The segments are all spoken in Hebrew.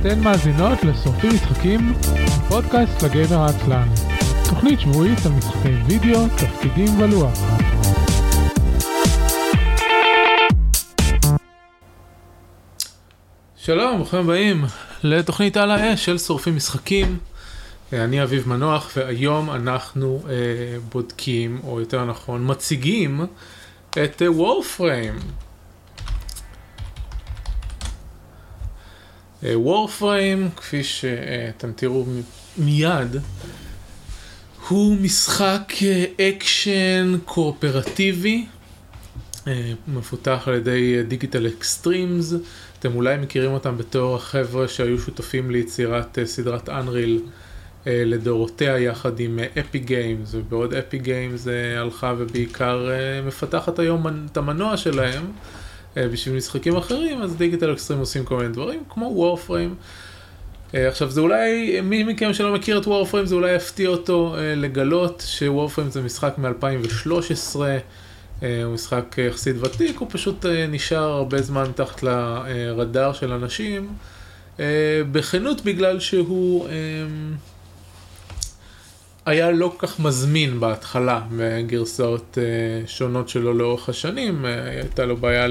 אתן מאזינות לשורפים משחקים, פודקאסט לגיימר העצלן. תוכנית שבועית על משחקי וידאו, תפקידים ולוח. שלום, ברוכים הבאים לתוכנית על האש של שורפים משחקים. אני אביב מנוח, והיום אנחנו בודקים, או יותר נכון, מציגים את וורפריים. וורפריים, כפי שאתם תראו מיד, הוא משחק אקשן קואופרטיבי, מפותח על ידי דיגיטל אקסטרימס. אתם אולי מכירים אותם בתור החבר'ה שהיו שותפים ליצירת סדרת אנריל לדורותיה יחד עם אפי גיימס, ובעוד אפי גיימס הלכה ובעיקר מפתחת היום את המנוע שלהם בשביל משחקים אחרים, אז דיגיטל אקסטרים עושים כל מיני דברים כמו וורפריים. עכשיו זה אולי, מי מכם שלא מכיר את וורפריים, זה אולי יפתיע אותו לגלות שוורפריים זה משחק מ-2013, הוא משחק יחסית ותיק, הוא פשוט נשאר הרבה זמן תחת לרדאר של אנשים, בכנות בגלל שהוא היה לא כך מזמין בהתחלה מגרסאות שונות שלו לאורך השנים. הייתה לו בעיה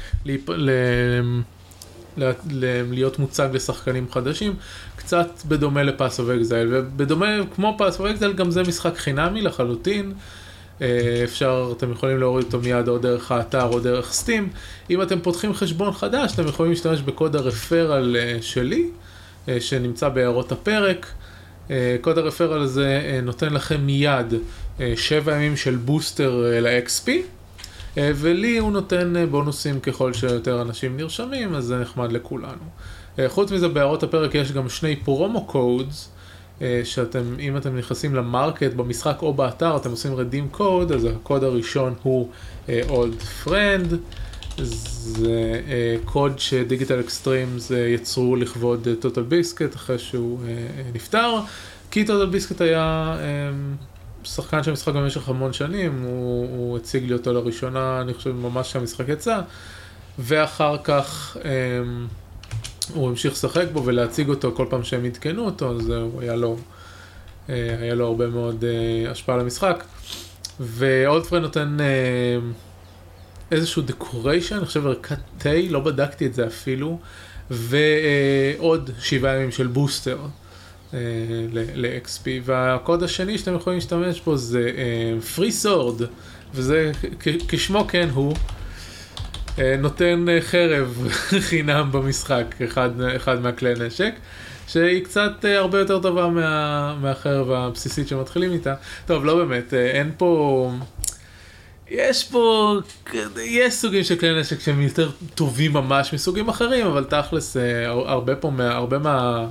להיות מוצג לשחקנים חדשים, קצת בדומה לפאס אוף אקזייל, ובדומה כמו פאס אוף אקזייל גם זה משחק חינמי לחלוטין. אתם יכולים להוריד אותו מיד או דרך האתר או דרך סטים. אם אתם פותחים חשבון חדש, אתם יכולים להשתמש בקוד הרפרל שלי שנמצא בהערות הפרק. קוד הרפרל הזה נותן לכם מיד 7 ימים של בוסטר ל-XP, ולי הוא נותן בונוסים ככל שיותר אנשים נרשמים, אז זה נחמד לכולנו. חוץ מזה, בהערות הפרק יש גם 2 פרומו קודס, שאם אתם נכנסים למרקט במשחק או באתר, אתם עושים redeem code, אז הקוד הראשון הוא old friend, זה קוד שדיגיטל אקסטרימס יצרו לכבוד טוטל ביסקט אחרי שהוא נפטר, כי טוטל ביסקט היה שחקן של משחק במשך המון שנים, הוא הציג לי אותו לראשונה, אני חושב ממש שהמשחק יצא, ואחר כך הוא המשיך לשחק בו ולהציג אותו כל פעם שהם עדכנו אותו, אז היה לו הרבה מאוד השפעה על המשחק. ואולד פרנד נותן איזשהו דקוריישן, אני חושב ערכת תה, לא בדקתי את זה אפילו, ועוד 7 ימים של בוסטר ל-XP. והקוד השני שאתם יכולים להשתמש בו זה Free Sword, וזה כשמו כן הוא, נותן חרב חינם במשחק, אחד מהכלי נשק, שהיא קצת הרבה יותר טובה מהחרב הבסיסית שמתחילים איתה. טוב, לא באמת, אין פה, יש סוגים של כלי נשק שהם יותר טובים ממש מסוגים אחרים, אבל תכלס, הרבה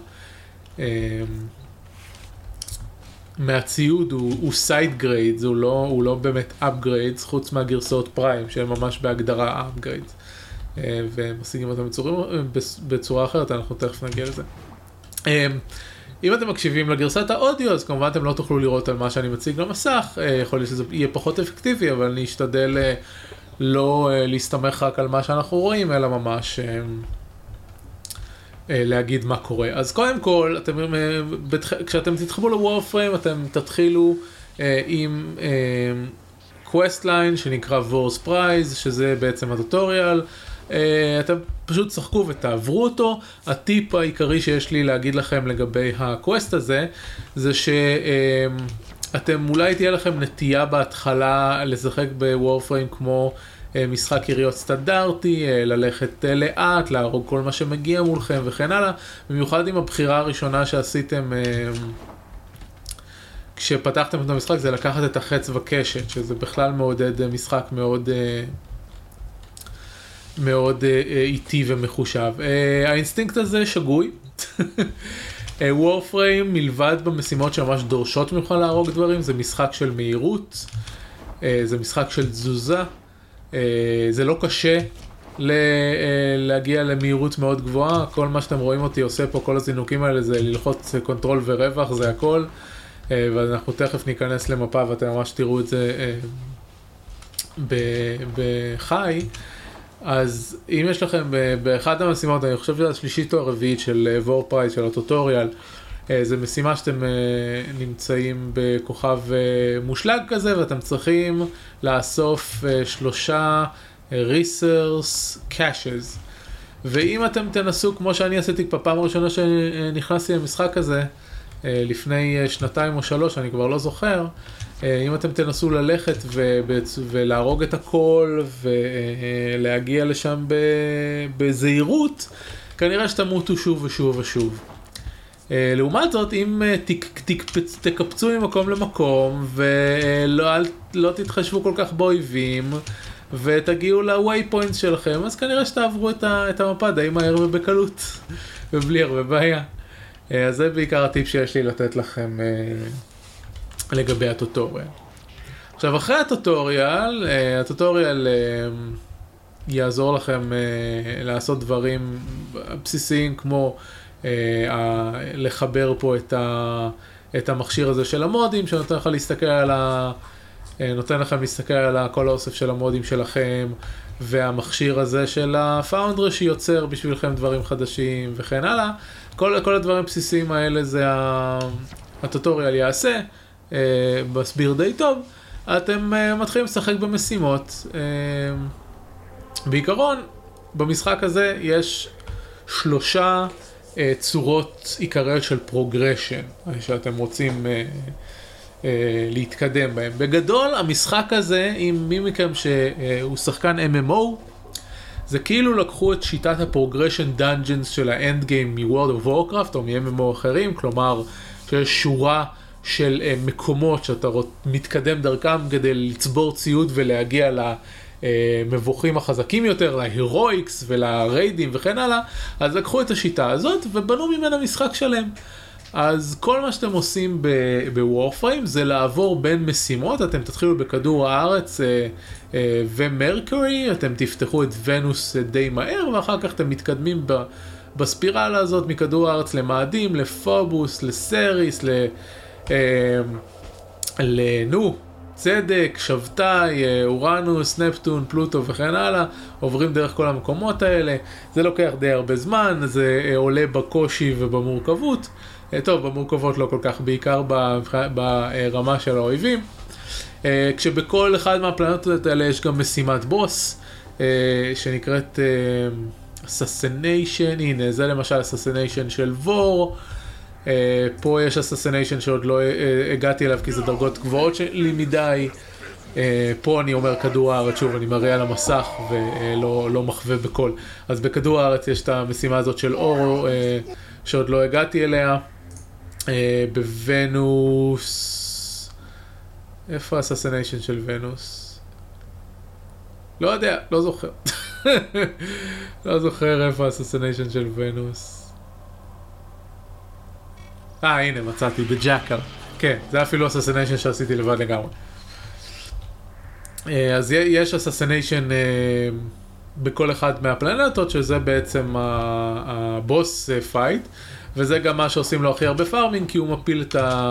מהציוד הוא סייד גריידס, הוא לא באמת אפגריידס, חוץ מהגרסאות פריים שהם ממש בהגדרה אפגריידס, ומשיגים אותם בצורה אחרת, אנחנו תכף נגיע לזה. אם אתם מקשיבים לגרסת האודיו, אז כמובן אתם לא תוכלו לראות על מה שאני מציג למסך, יכול להיות שזה יהיה פחות אפקטיבי, אבל אני אשתדל לא להסתמך רק על מה שאנחנו רואים, אלא ממש להגיד מה קורה. אז קודם כל, כשאתם תתחברו לוורפריים, אתם תתחילו עם quest line שנקרא War's Prize, שזה בעצם הטוטוריאל. אתם פשוט שחקו ותעברו אותו. הטיפ העיקרי שיש לי להגיד לכם לגבי הקווסט הזה, זה שאתם אולי תהיה לכם נטייה בהתחלה לשחק בוורפריים כמו משחק יריות סטנדרטי, ללכת לאט, להרוג כל מה שמגיע מולכם וכן הלאה, במיוחד עם הבחירה הראשונה שעשיתם כשפתחתם את המשחק, זה לקחת את החץ וקשת, שזה בכלל מעודד משחק מאוד איטי ומחושב. האינסטינקט הזה שגוי. וורפריים, מלבד במשימות שממש דורשות ממך להרוג דברים, זה משחק של מהירות, זה משחק של תזוזה, זה לא קשה להגיע למהירות מאוד גבוהה. כל מה שאתם רואים אותי עושה פה, כל הזינוקים האלה, זה ללחוץ קונטרול ורווח, זה הכל. ואנחנו תכף ניכנס למפה ואתם ממש תראו את זה בחי. אז אם יש לכם באחד המשימות, אני חושב שזה השלישית או הרביעית של וורפרייז, של הטוטוריאל, זה משימה שאתם נמצאים בכוכב מושלג כזה, ואתם צריכים לאסוף 3 resource caches. ואם אתם תנסו, כמו שאני עשיתי בפעם הראשונה שנכנסתי למשחק הזה, לפני 2 או 3, אני כבר לא זוכר, אם אתם תנסו ללכת ולהרוג את הכל ולהגיע לשם בזהירות, כנראה שתמותו שוב ושוב ושוב. לעומת זאת, אם תקפצו ממקום למקום ולא תתחשבו כל כך באויבים ותגיעו ל-waypoints שלכם, אז כנראה שתעברו את המפה די מהר ובקלות ובלי הרבה בעיה. אז זה בעיקר הטיפ שיש לי לתת לכם לגבי הטוטוריאל. עכשיו, אחרי הטוטוריאל יעזור לכם לעשות דברים בסיסיים כמו לחבר פה את המכשיר הזה של המודים, שנותן לכם להסתכל על כל האוסף של המודים שלכם, והמכשיר הזה של הפאונדרי שיוצר בשבילכם דברים חדשים וכן הלאה. כל הדברים הבסיסיים האלה זה הטוטוריאל יעשה, מסביר די טוב. אתם מתחילים לשחק במשימות. בעיקרון, במשחק הזה יש 3 צורות עיקריות של פרוגרשן שאתם רוצים להתקדם בהם. בגדול, המשחק הזה, עם מי מכם שהוא שחקן MMO, זה כאילו לקחו את שיטת הפרוגרשן דאנג'נס של האנד גיים מ-World of Warcraft או מ-MMO אחרים, כלומר שיש שורה של מקומות שאתה מתקדם דרכם כדי לצבור ציוד ולהגיע למבוכים החזקים יותר, להירואיקס ולריידים וכן הלאה. אז לקחו את השיטה הזאת ובנו ממנה משחק שלם. אז כל מה שאתם עושים בוורפריים זה לעבור בין משימות. אתם תתחילו בכדור הארץ ומרקורי, אתם תפתחו את ונוס די מהר, ואחר כך אתם מתקדמים בספירלה הזאת מכדור הארץ למאדים, לפובוס, לסריס, צדק, שבתאי, אורנוס, נפטון, פלוטו וכן הלאה. עוברים דרך כל המקומות האלה. זה לוקח די הרבה זמן, זה עולה בקושי ובמורכבות. טוב, במורכבות לא כל כך, בעיקר ברמה של האויבים. כשבכל אחד מהפלנטות האלה יש גם משימת בוס, שנקראת Assassination. הנה, זה למשל Assassination של וור. פה יש Assassination שעוד לא הגעתי אליו כי זה דרגות גבוהות שלי מדי. פה אני אומר כדור הארץ, שוב אני מראה על המסך ולא מחווה בכל. אז בכדור הארץ יש את המשימה הזאת של אורו שעוד לא הגעתי אליה. בוונוס, איפה Assassination של ונוס? לא יודע, לא זוכר. לא זוכר איפה Assassination של ונוס. הנה מצאתי, בג'קל. כן, זה אפילו Assassination שעשיתי לבד לגמרי. אז יש Assassination בכל אחד מהפלנטות, שזה בעצם הבוס פייט, וזה גם מה שעושים לו הכי הרבה פארמינג, כי הוא מפיל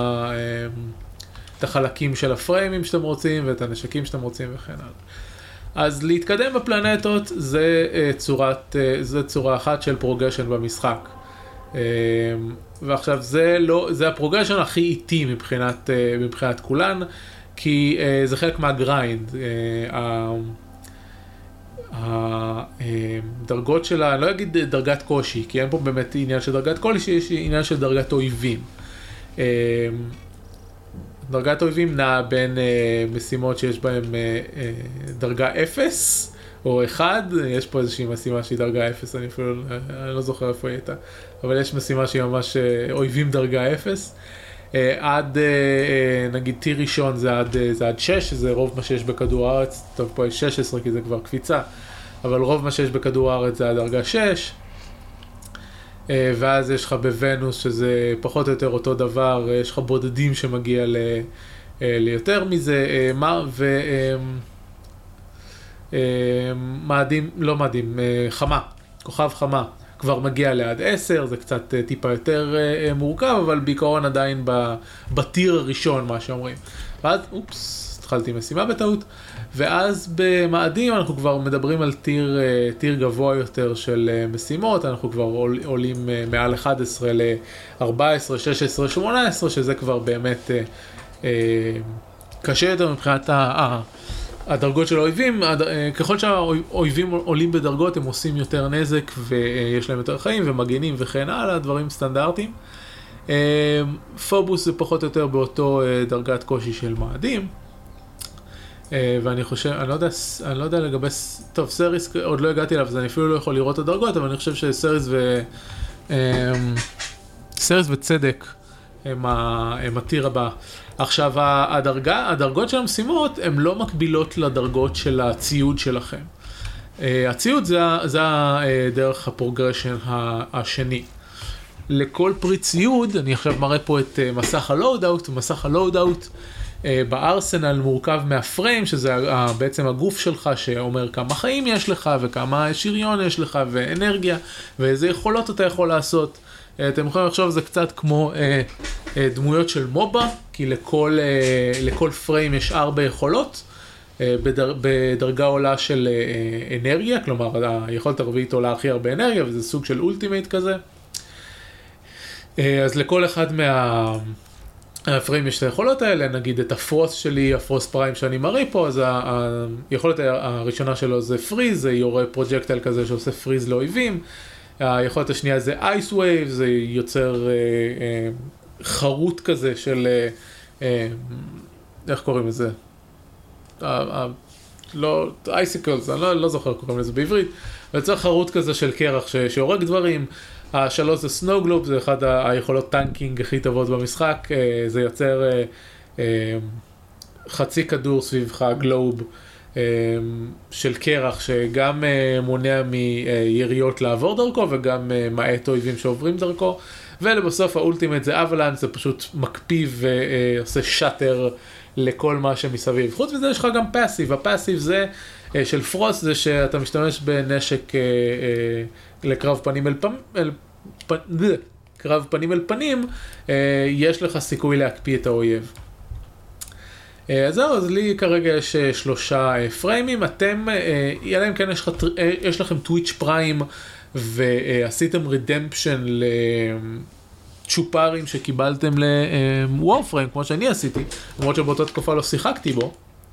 את החלקים של הפריימים שאתם רוצים, ואת הנשקים שאתם רוצים וכן הלאה. אז להתקדם בפלנטות זה צורה אחת של פרוגרשן במשחק. ועכשיו זה הפרוגרשן הכי איטי מבחינת כולן, כי זה חלק מהגריינד. הדרגות שלה, אני לא אגיד דרגת קושי, כי אין פה באמת עניין של דרגת קושי, יש עניין של דרגת אויבים. דרגת אויבים נעה בין משימות שיש בהן דרגה 0 או 1, יש פה איזושהי משימה שהיא דרגה 0, אני אפילו לא זוכר איפה היא הייתה, אבל יש משימה שהיא ממש אויבים דרגה 0, עד נגיד טיר ראשון זה עד 6, זה רוב מה שיש בכדור הארץ. טוב, פה יש 16 כי זה כבר קפיצה, אבל רוב מה שיש בכדור הארץ זה הדרגה 6, ואז יש לך בוונוס שזה פחות או יותר אותו דבר, יש לך בודדים שמגיע ליותר מזה, חמה, כוכב חמה כבר מגיע לעד 10, זה קצת טיפה יותר מורכב, אבל בעיקרון עדיין בטיר הראשון מה שאומרים. ואז, התחלתי משימה בטעות, ואז במאדים אנחנו כבר מדברים על טיר גבוה יותר של משימות, אנחנו כבר עולים מעל 11 ל-14, 16, 18, שזה כבר באמת קשה יותר מבחינת הדרגות של האויבים. ככל שהאויבים עולים בדרגות הם עושים יותר נזק ויש להם יותר חיים ומגנים וכן הלאה, דברים סטנדרטיים. פובוס זה פחות או יותר באותו דרגת קושי של מאדים, ואני חושב, אני לא יודע לגבי, טוב, סריס עוד לא הגעתי אליו, אז אני אפילו לא יכול לראות את הדרגות, אבל אני חושב שסריס וצדק הם הטיר הבא. עכשיו, הדרגות של המשימות הן לא מקבילות לדרגות של הציוד שלכם. הציוד זה דרך הפרוגרשן השני. לכל פריט ציוד, אני עכשיו מראה פה את מסך הלואוד-אוט, מסך הלואוד-אוט בארסנל מורכב מהפריים, שזה בעצם הגוף שלך שאומר כמה חיים יש לך וכמה שריון יש לך ואנרגיה ואיזה יכולות אתה יכול לעשות. אתם יכולים לחשוב, זה קצת כמו דמויות של מובה, כי לכל פריים יש 4 יכולות, בדרגה עולה של אנרגיה, כלומר היכולת הרביעית עולה הכי הרבה אנרגיה, וזה סוג של אולטימייט כזה. אז לכל אחד מהפריים יש את היכולות האלה, נגיד את הפרוס שלי, הפרוס פריים שאני מראה פה, אז היכולת הראשונה שלו זה פריז, זה יורה פרוג'קטייל כזה שעושה פריז לאויבים. היכולת השנייה זה אייס ווייב, זה יוצר חרוט כזה של, איך קוראים לזה? לא, איסיקלס, אני לא זוכר קוראים לזה בעברית, אבל יוצר חרוט כזה של קרח שהורג דברים. השלוש זה סנוגלוב, זה אחד היכולות טנקינג הכי טובות במשחק, זה יוצר חצי כדור סביבך, גלוב, של קרח שגם מונע מיריות לעבור דרכו וגם מעט אויבים שעוברים דרכו. ולבסוף האולטימט זה אבלנס, זה פשוט מקפיא ועושה שטר לכל מה שמסביב. חוץ מזה יש לך גם פאסיב, הפאסיב זה של פרוס, זה שאתה משתמש בנשק לקרב פנים אל פנים, יש לך סיכוי להקפיא את האויב. אז זהו, אז לי כרגע יש 3 פריימים, אתם, אלא אם כן יש לכם טוויץ' פריים ועשיתם רידמפשן לצ'ופרים שקיבלתם לוורפריים, כמו שאני עשיתי, למרות שבאותה תקופה לא שיחקתי בו,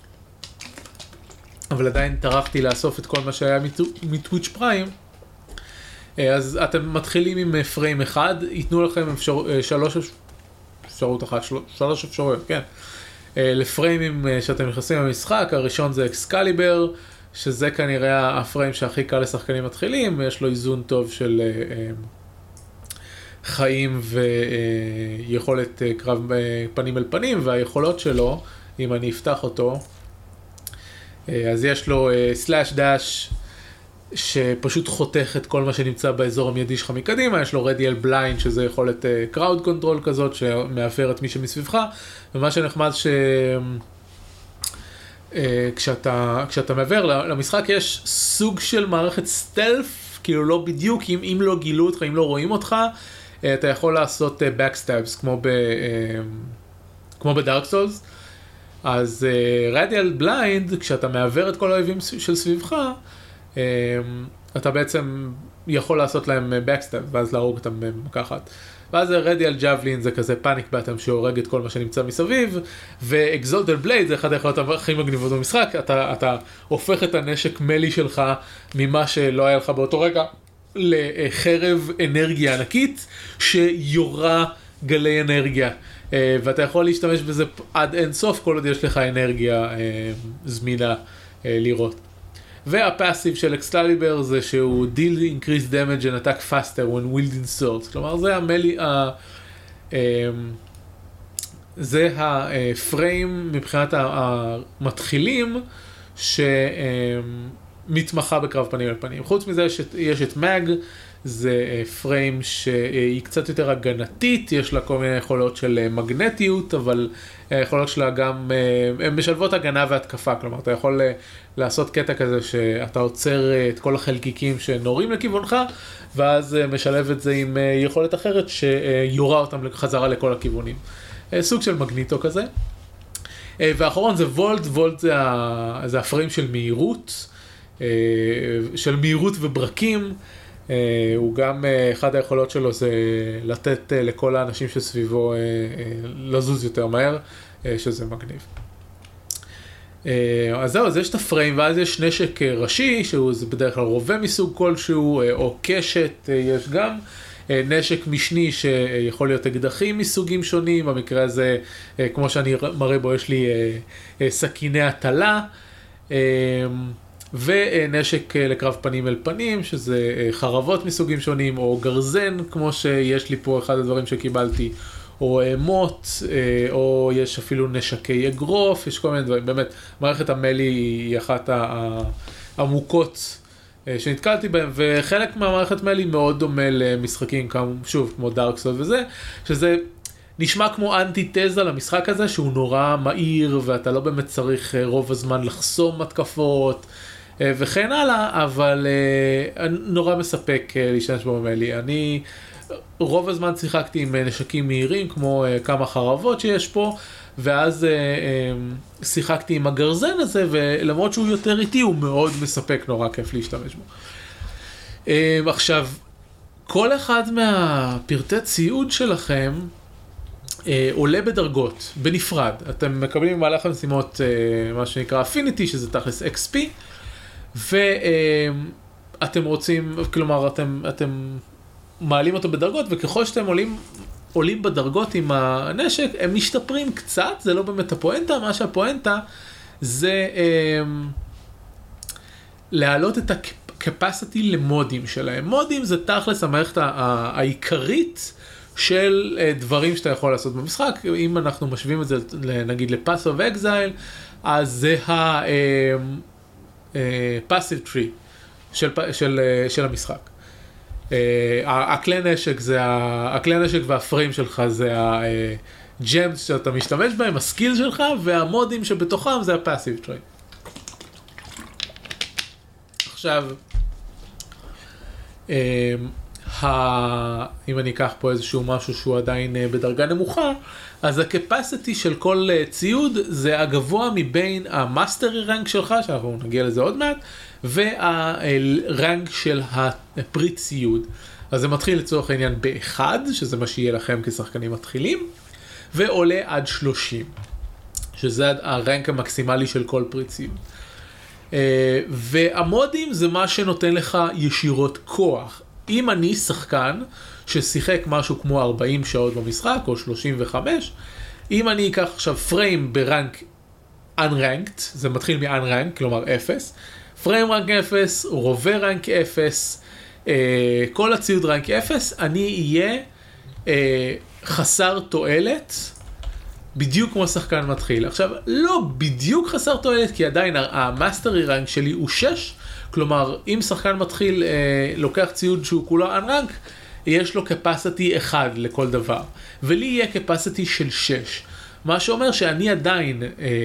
אבל עדיין טרחתי לאסוף את כל מה שהיה מטוויץ' פריים. אז אתם מתחילים עם פריים אחד, ייתנו לכם 3 אפשרויות, כן. לפריימים שאתם נכנסים למשחק, הראשון זה אקסקליבר, שזה כנראה הפריים שהכי קל לשחקנים מתחילים, יש לו איזון טוב של חיים ויכולת קרב פנים אל פנים, והיכולות שלו, אם אני אפתח אותו, אז יש לו סלאש דאש, שפשוט חותך את כל מה שנמצא באזור המיידי שלך מקדימה, יש לו רדיאל בליינד, שזה יכולת קראוד קונטרול כזאת, שמאפר את מי שמסביבך, ומה שנחמד כשאתה מעבר למשחק, יש סוג של מערכת סטלף, כאילו לא בדיוק, אם לא גילו אותך, אם לא רואים אותך, אתה יכול לעשות backstabs, כמו בדארק סולס. אז רדיאל בליינד, כשאתה מעבר את כל האויבים של סביבך, אתה בעצם יכול לעשות להם backstab, ואז להרוג אותם במקחת. ואז רדיאל ג'אבלין זה כזה פאניק באטם שהורג את כל מה שנמצא מסביב, ואקזולטד בלייד זה אחד היכולות הכי מגניבות במשחק, אתה הופך את הנשק מלי שלך ממה שלא היה לך באותו רגע, לחרב אנרגיה ענקית שיורה גלי אנרגיה, ואתה יכול להשתמש בזה עד אין סוף כל עוד יש לך אנרגיה זמינה לראות. והפאסיב של אקסקליבר זה שהוא deal increased damage and attack faster when wielding swords, כלומר זה זה הפריים מבחינת המתחילים שמתמחה בקרב פנים על פנים. חוץ מזה יש את מאג, זה פריים שהיא קצת יותר הגנתית, יש לה כל מיני יכולות של מגנטיות, אבל היכולות שלה גם, הן משלבות הגנה והתקפה, כלומר אתה יכול לעשות קטע כזה שאתה עוצר את כל החלקיקים שנורים לכיוונך, ואז משלב את זה עם יכולת אחרת שיורה אותם חזרה לכל הכיוונים. סוג של מגניטו כזה. והאחרון זה וולט, וולט זה הפריים של מהירות, של מהירות וברקים, הוא גם, אחד היכולות שלו זה לתת לכל האנשים שסביבו לזוז יותר מהר, שזה מגניב. אז זהו, אז יש את הפריים, ואז יש נשק ראשי, שהוא בדרך כלל רובה מסוג כלשהו, או קשת, יש גם נשק משני שיכול להיות אקדחים מסוגים שונים, במקרה הזה, כמו שאני מראה בו, יש לי סכיני הטלה, ונשק לקרב פנים אל פנים, שזה חרבות מסוגים שונים, או גרזן, כמו שיש לי פה אחד הדברים שקיבלתי, או מוט, או יש אפילו נשקי אגרוף, יש כל מיני דברים. באמת, מערכת המלי היא אחת העמוקות שנתקלתי בהם, וחלק מהמערכת מלי מאוד דומה למשחקים, שוב, כמו דארק סולס וזה, שזה נשמע כמו אנטי-תזה למשחק הזה, שהוא נורא מהיר, ואתה לא באמת צריך רוב הזמן לחסום מתקפות, וכן הלאה, אבל נורא מספק להשתמש בו במלי. אני רוב הזמן שיחקתי עם נשקים מהירים, כמו כמה חרבות שיש פה, ואז שיחקתי עם הגרזן הזה, ולמרות שהוא יותר איטי, הוא מאוד מספק, נורא כיף להשתמש בו. עכשיו, כל אחד מהפרטי ציוד שלכם עולה בדרגות, בנפרד. אתם מקבלים במהלך המשימות מה שנקרא Affinity, שזה תכלס XP, ואתם רוצים, כלומר, אתם מעלים אותו בדרגות, וככל שאתם עולים בדרגות עם הנשק, הם משתפרים קצת, זה לא באמת הפואנטה, מה שהפואנטה זה להעלות את ה-capacity למודים שלהם. מודים זה תכלס המערכת העיקרית של דברים שאתה יכול לעשות במשחק. אם אנחנו משווים את זה נגיד ל-Path of Exile, אז זה ה-Passive Tree של המשחק. הכלי נשק והפריים שלך זה הג'מס שאתה משתמש בהם, הסקיל שלך, והמודים שבתוכם זה הפאסיב טרי. עכשיו, אם אני אקח פה איזשהו משהו שהוא עדיין בדרגה נמוכה, אז הקפסיטי של כל ציוד זה הגבוה מבין המאסטרי רנק שלך, שאנחנו נגיע לזה עוד מעט, והרנק של הפריט ציוד. אז זה מתחיל לצורך העניין ב-1, שזה מה שיהיה לכם כשחקנים מתחילים, ועולה עד 30, שזה הרנק המקסימלי של כל פריט ציוד. והמודים זה מה שנותן לך ישירות כוח. אם אני שחקן ששיחק משהו כמו 40 שעות במשחק, או 35, אם אני אקח עכשיו פריים ברנק unranked, זה מתחיל מ-unranked, כלומר 0, פריים רנק 0, רובה רנק 0, כל הציוד רנק 0, אני אהיה חסר תועלת, בדיוק כמו שחקן מתחיל. עכשיו, לא בדיוק חסר תועלת, כי עדיין המאסטרי רנק שלי הוא 6, כלומר, אם שחקן מתחיל לוקח ציוד שהוא כולו unrank, יש לו capacity 1 לכל דבר, ולי יהיה capacity של 6, מה שאומר שאני עדיין,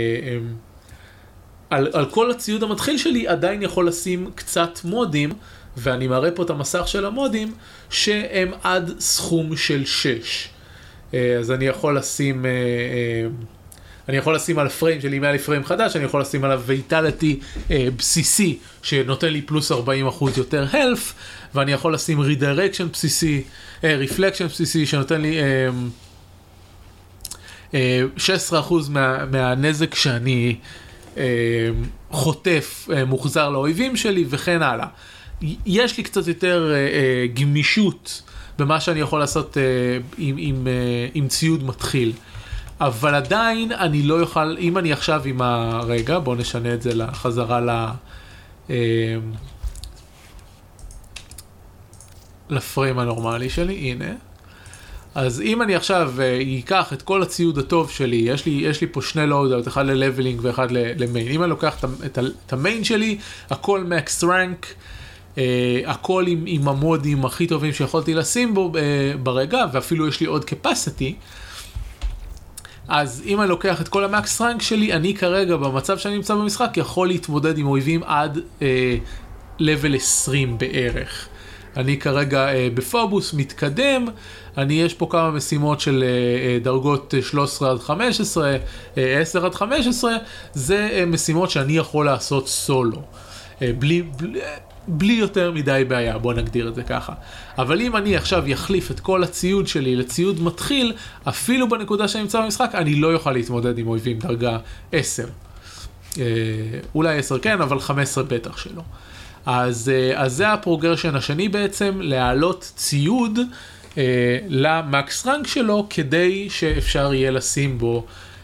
על כל הציוד המתחיל שלי, עדיין יכול לשים קצת מודים, ואני מראה פה את המסך של המודים, שהם עד סכום של 6. אז אני יכול לשים על הפריים שלי, אם היה לי פריים חדש, אני יכול לשים עליו ויטליטי בסיסי, שנותן לי פלוס 40% יותר health, ואני יכול לשים redirection בסיסי, reflection בסיסי, שנותן לי 16% מהנזק שאני חוטף מוחזר לאויבים שלי, וכן הלאה. יש לי קצת יותר גמישות במה שאני יכול לעשות עם ציוד מתחיל. אבל עדיין אני לא יוכל, אם אני עכשיו עם הרגע, בואו נשנה את זה לחזרה לפריים הנורמלי שלי, הנה. אז אם אני עכשיו אקח את כל הציוד הטוב שלי, יש לי פה שני לואודות, אחד ללבלינג ואחד למיין. אם אני לוקח את המיין שלי, הכל מקס רנק, הכל עם המודים הכי טובים שיכולתי לשים בו ברגע, ואפילו יש לי עוד capacity, אז אם אני לוקח את כל המקס רנק שלי, אני כרגע במצב שאני נמצא במשחק, יכול להתמודד עם אויבים עד level 20 בערך. אני כרגע בפובוס מתקדם, יש פה כמה משימות של דרגות 13 עד 15, 10 עד 15, זה משימות שאני יכול לעשות סולו, בלי יותר מדי בעיה, בוא נגדיר את זה ככה. אבל אם אני עכשיו יחליף את כל הציוד שלי לציוד מתחיל, אפילו בנקודה שאני נמצא במשחק, אני לא יוכל להתמודד עם אויבים דרגה 10. אולי 10 כן, אבל 15 בטח שלא. אז זה הפרוגרשן השני בעצם, להעלות ציוד למקס רנק שלו, כדי שאפשר יהיה לשים בו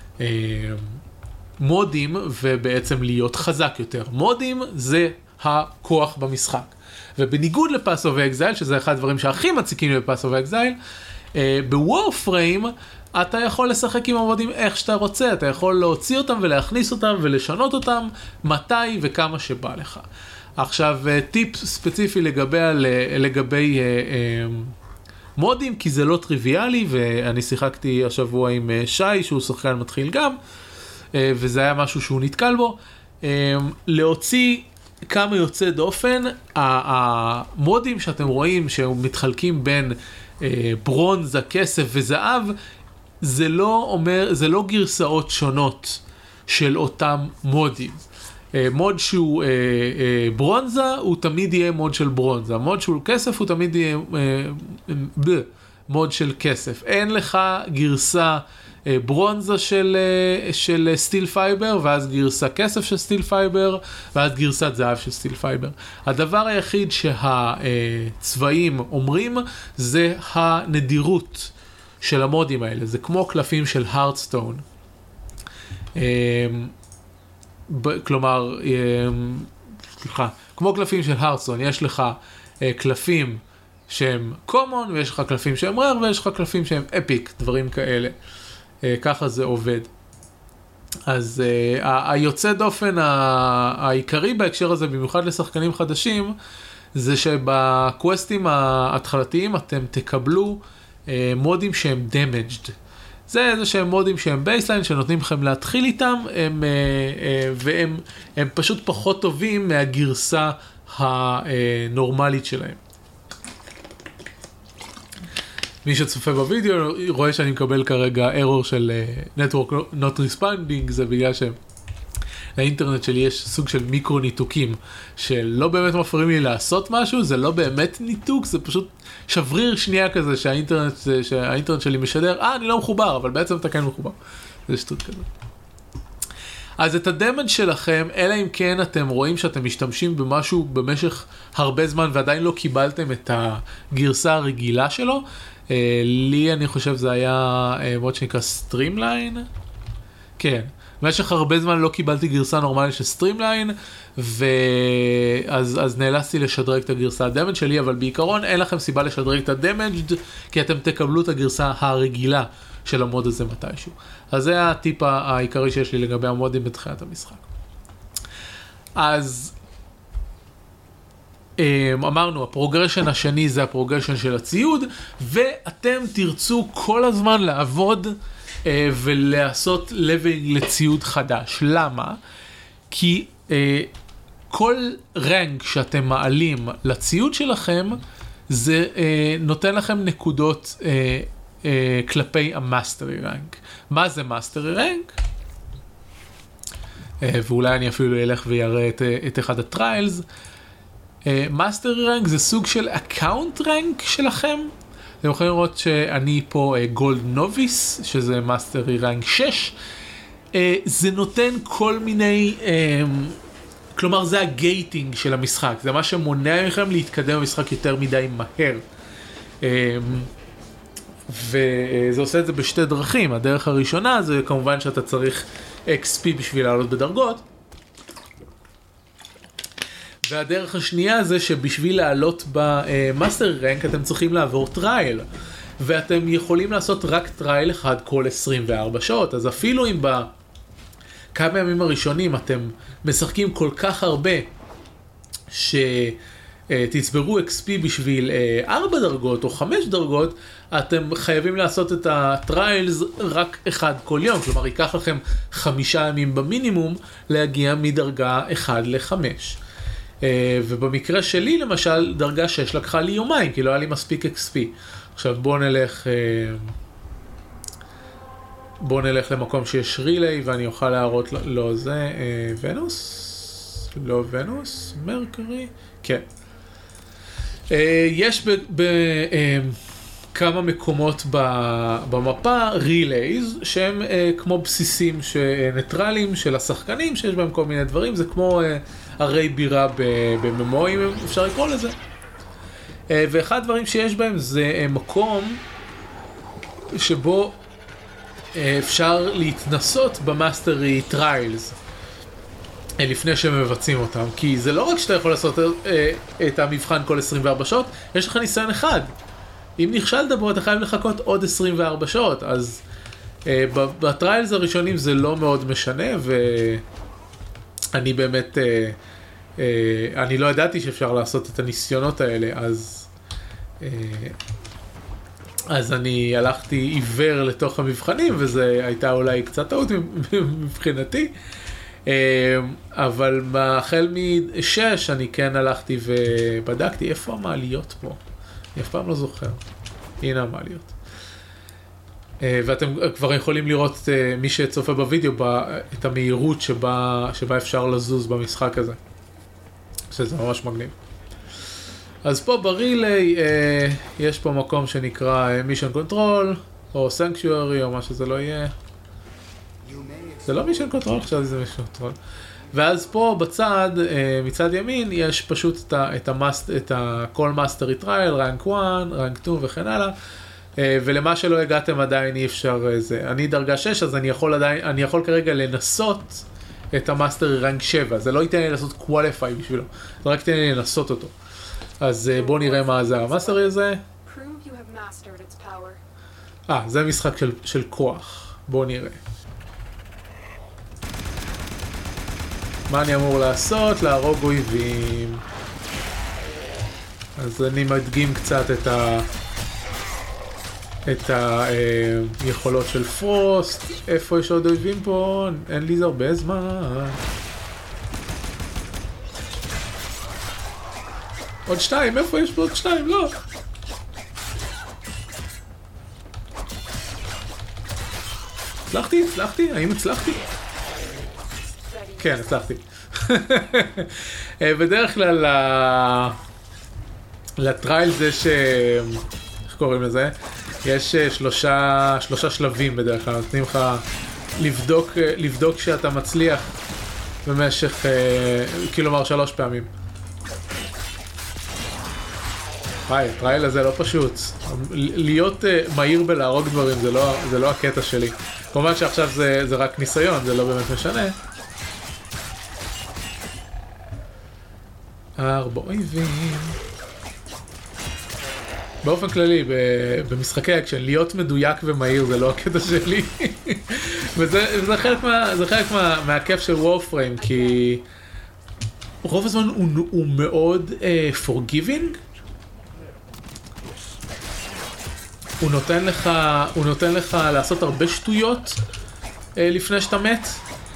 מודים, ובעצם להיות חזק יותר. מודים זה הכוח במשחק. ובניגוד לפאס אוף אקזייל, שזה אחד הדברים שהכי מציקים לי בפאס אוף אקזייל, בוורפריים אתה יכול לשחק עם המודים איך שאתה רוצה, אתה יכול להוציא אותם ולהכניס אותם ולשנות אותם מתי וכמה שבא לך. עכשיו, טיפ ספציפי לגבי מודים, כי זה לא טריוויאלי, ואני שיחקתי השבוע עם שי, שהוא שחקן מתחיל גם, וזה היה משהו שהוא נתקל בו. להוציא כמה יוצא דופן, המודים שאתם רואים שהם מתחלקים בין ברונזה, כסף וזהב, זה לא גרסאות שונות של אותם מודים. מוד שהוא ברונזה, הוא תמיד יהיה מוד של ברונזה. מוד שהוא כסף, הוא תמיד יהיה מוד של כסף. אין לך גרסה ברונזה של סטיל פייבר, ואז גרסה כסף של סטיל פייבר, ואז גרסת זהב של סטיל פייבר. הדבר היחיד שהצבעים אומרים, זה הנדירות של המודים האלה. זה כמו קלפים של הרדסטון. כלומר, כמו קלפים של הרדסטון, יש לך קלפים שהם common, ויש לך קלפים שהם rare, ויש לך קלפים שהם epic, דברים כאלה. ככה זה עובד. אז היוצא דופן העיקרי בהקשר הזה, במיוחד לשחקנים חדשים, זה שבקווסטים ההתחלתיים אתם תקבלו מודים שהם damaged. זה איזה שהם מודים שהם בייסליין, שנותנים לכם להתחיל איתם, והם פשוט פחות טובים מהגרסה הנורמלית שלהם. מי שצופה בווידאו רואה שאני מקבל כרגע error של network not responding, זה בגלל שלאינטרנט שלי יש סוג של מיקרו ניתוקים, שלא באמת מפריעים לי לעשות משהו, זה לא באמת ניתוק, זה פשוט שבריר שנייה כזה שהאינטרנט שלי משדר, אני לא מחובר, אבל בעצם אתה כן מחובר. זה שטות כזה. אז את הדמג' שלכם, אלא אם כן אתם רואים שאתם משתמשים במשהו במשך הרבה זמן, ועדיין לא קיבלתם את הגרסה הרגילה שלו, לי אני חושב זה היה מוד שנקרא סטרימליין, כן, במשך הרבה זמן לא קיבלתי גרסה נורמלית של סטרימליין, אז נאלצתי לשדרג את הגרסה הדמג' שלי, אבל בעיקרון אין לכם סיבה לשדרג את הדמג' כי אתם תקבלו את הגרסה הרגילה של המוד הזה מתישהו. אז זה הטיפ העיקרי שיש לי לגבי המודים בתחילת המשחק. אז אמרנו, הפרוגרשן השני זה הפרוגרשן של הציוד, ואתם תרצו כל הזמן לעבוד ולעשות לבל לציוד חדש. למה? כי כל רנק שאתם מעלים לציוד שלכם, זה נותן לכם נקודות כלפי המאסטרי רנק. מה זה מאסטרי רנק? ואולי אני אפילו אלך ויראה את אחד הטריילס. מאסטרי רנק זה סוג של אקאונט רנק שלכם. אתם יכולים לראות שאני פה גולד נוביס, שזה מאסטרי רנק 6. זה נותן כל מיני, כלומר זה הגייטינג של המשחק, זה מה שמונע מכם להתקדם במשחק יותר מדי מהר. וזה עושה את זה בשתי דרכים. הדרך הראשונה זה כמובן שאתה צריך XP בשביל לעלות בדרגות, והדרך השנייה זה שבשביל לעלות במאסטר רנק אתם צריכים לעבור טרייל, ואתם יכולים לעשות רק טרייל אחד כל 24 שעות. אז אפילו אם בכמה ימים הראשונים אתם משחקים כל כך הרבה שתצברו XP בשביל 4 דרגות או 5 דרגות, אתם חייבים לעשות את הטריילס רק אחד כל יום. כלומר, ייקח לכם 5 ימים במינימום להגיע מדרגה 1 ל-5. ובמקרה שלי למשל דרגה 6 לקחה לי יומיים, כי לא היה לי מספיק XP. עכשיו בוא נלך למקום שיש רילי ואני אוכל להראות לו זה ונוס? לא ונוס? מרקרי? כן. יש כמה מקומות במפה רילייז שהם כמו בסיסים ניטרליים של השחקנים שיש בהם כל מיני דברים, זה כמו ערי בירה בממואים אפשר לקרוא לזה. ואחד הדברים שיש בהם זה מקום שבו אפשר להתנסות במאסטרי טריילס לפני שהם מבצעים אותם, כי זה לא רק שאתה יכול לעשות את המבחן כל 24 שעות, יש לך ניסיון אחד. אם נכשלת בו אתה חייב לחכות עוד 24 שעות, אז בטריילס הראשונים זה לא מאוד משנה, ואני באמת, אני לא ידעתי שאפשר לעשות את הניסיונות האלה, אז אני הלכתי עיוור לתוך המבחנים, וזה הייתה אולי קצת טעות מבחינתי, אבל החל מ-6 אני כן הלכתי ובדקתי איפה המעליות פה. אני אף פעם לא זוכר. הנה המעליות. ואתם כבר יכולים לראות מי שצופה בווידאו את המהירות שבה אפשר לזוז במשחק הזה. שזה ממש מגניב. אז פה ברילי יש פה מקום שנקרא Mission Control או Sanctuary או מה שזה לא יהיה. זה לא Mission Control, חשבתי זה Mission Control. ואז פה בצד, מצד ימין, יש פשוט את כל Mastery Trial, רנק 1, רנק 2 וכן הלאה. ולמה שלא הגעתם עדיין אי אפשר זה. אני דרגה 6, אז אני יכול כרגע לנסות את המאסטרי רנק 7. זה לא ייתן לי לעשות qualify בשבילו, זה רק ייתן לי לנסות אותו. אז בואו נראה מה זה המאסטרי הזה. זה משחק של כוח. בואו נראה. מה אני אמור לעשות? להרוג אויבים. אז אני מדגים קצת את היכולות של פרוסט. איפה יש עוד אויבים פה? אין לי זה הרבה זמן. עוד 2, איפה יש פה עוד 2? לא. הצלחתי? האם הצלחתי? כן, הצלחתי. בדרך כלל לטרייל זה איך קוראים לזה? יש שלושה שלבים בדרך כלל. נותנים לך לבדוק שאתה מצליח במשך, כלומר 3 פעמים. הטרייל הזה לא פשוט. להיות מהיר בלהרוג דברים זה לא הקטע שלי. כמובן שעכשיו זה רק ניסיון, זה לא באמת משנה. 4 אויבים. באופן כללי, במשחקי אקשן, להיות מדויק ומהיר זה לא הקטע שלי. וזה חלק מהכיף של וורפריים, כי רוב הזמן הוא מאוד forgiving. הוא נותן לך לעשות הרבה שטויות לפני שאתה מת.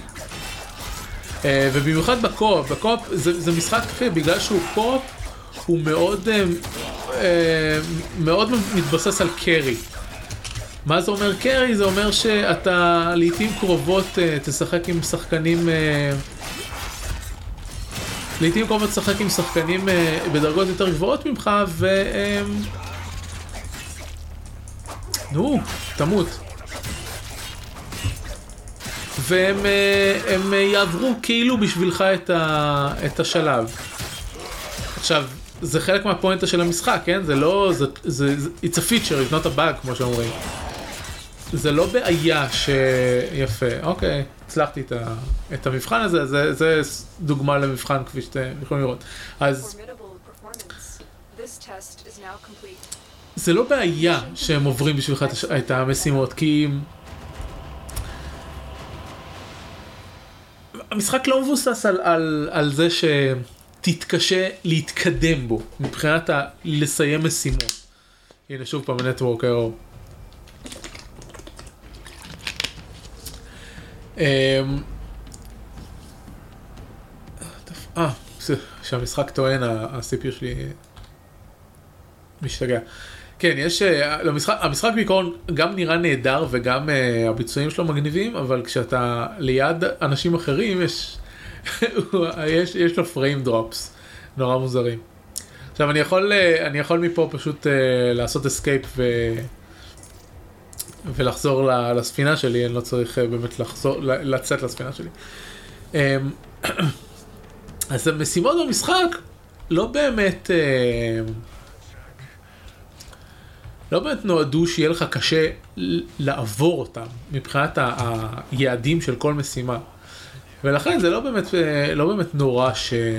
ובמיוחד בקופ זה משחק אחר, בגלל שהוא קופ, הוא מאוד מתבסס על קרי. מה זה אומר קרי? זה אומר שאתה לעתים קרובות תשחק עם שחקנים בדרגות יותר גבוהות ממך תמות. והם יעברו כאילו בשבילך את השלב. עכשיו, זה חלק מהפואנטה של המשחק, כן? זה לא, it's a feature, it's not a bug, כמו שאומרים. זה לא בעיה יפה, אוקיי, הצלחתי את המבחן הזה, זה דוגמה למבחן כפי שאתם יכולים לראות. אז זה לא בעיה שהם עוברים בשבילך את המשימות, כי המשחק לא מבוסס על זה שתתקשה להתקדם בו, מבחינת לסיים משימות. הנה שוב פעם נטוורק אירור. שהמשחק טוען, ה-CPU שלי משתגע. כן, המשחק בעיקרון גם נראה נהדר וגם הביצועים שלו מגניבים, אבל כשאתה ליד אנשים אחרים יש לו פריים דרופס נורא מוזרים. עכשיו אני יכול מפה פשוט לעשות אסקייפ ולחזור לספינה שלי, אני לא צריך באמת לצאת לספינה שלי. אז המשימות במשחק לא באמת נועדו שיהיה לך קשה לעבור אותם מבחינת היעדים של כל משימה. ולכן זה לא באמת נורא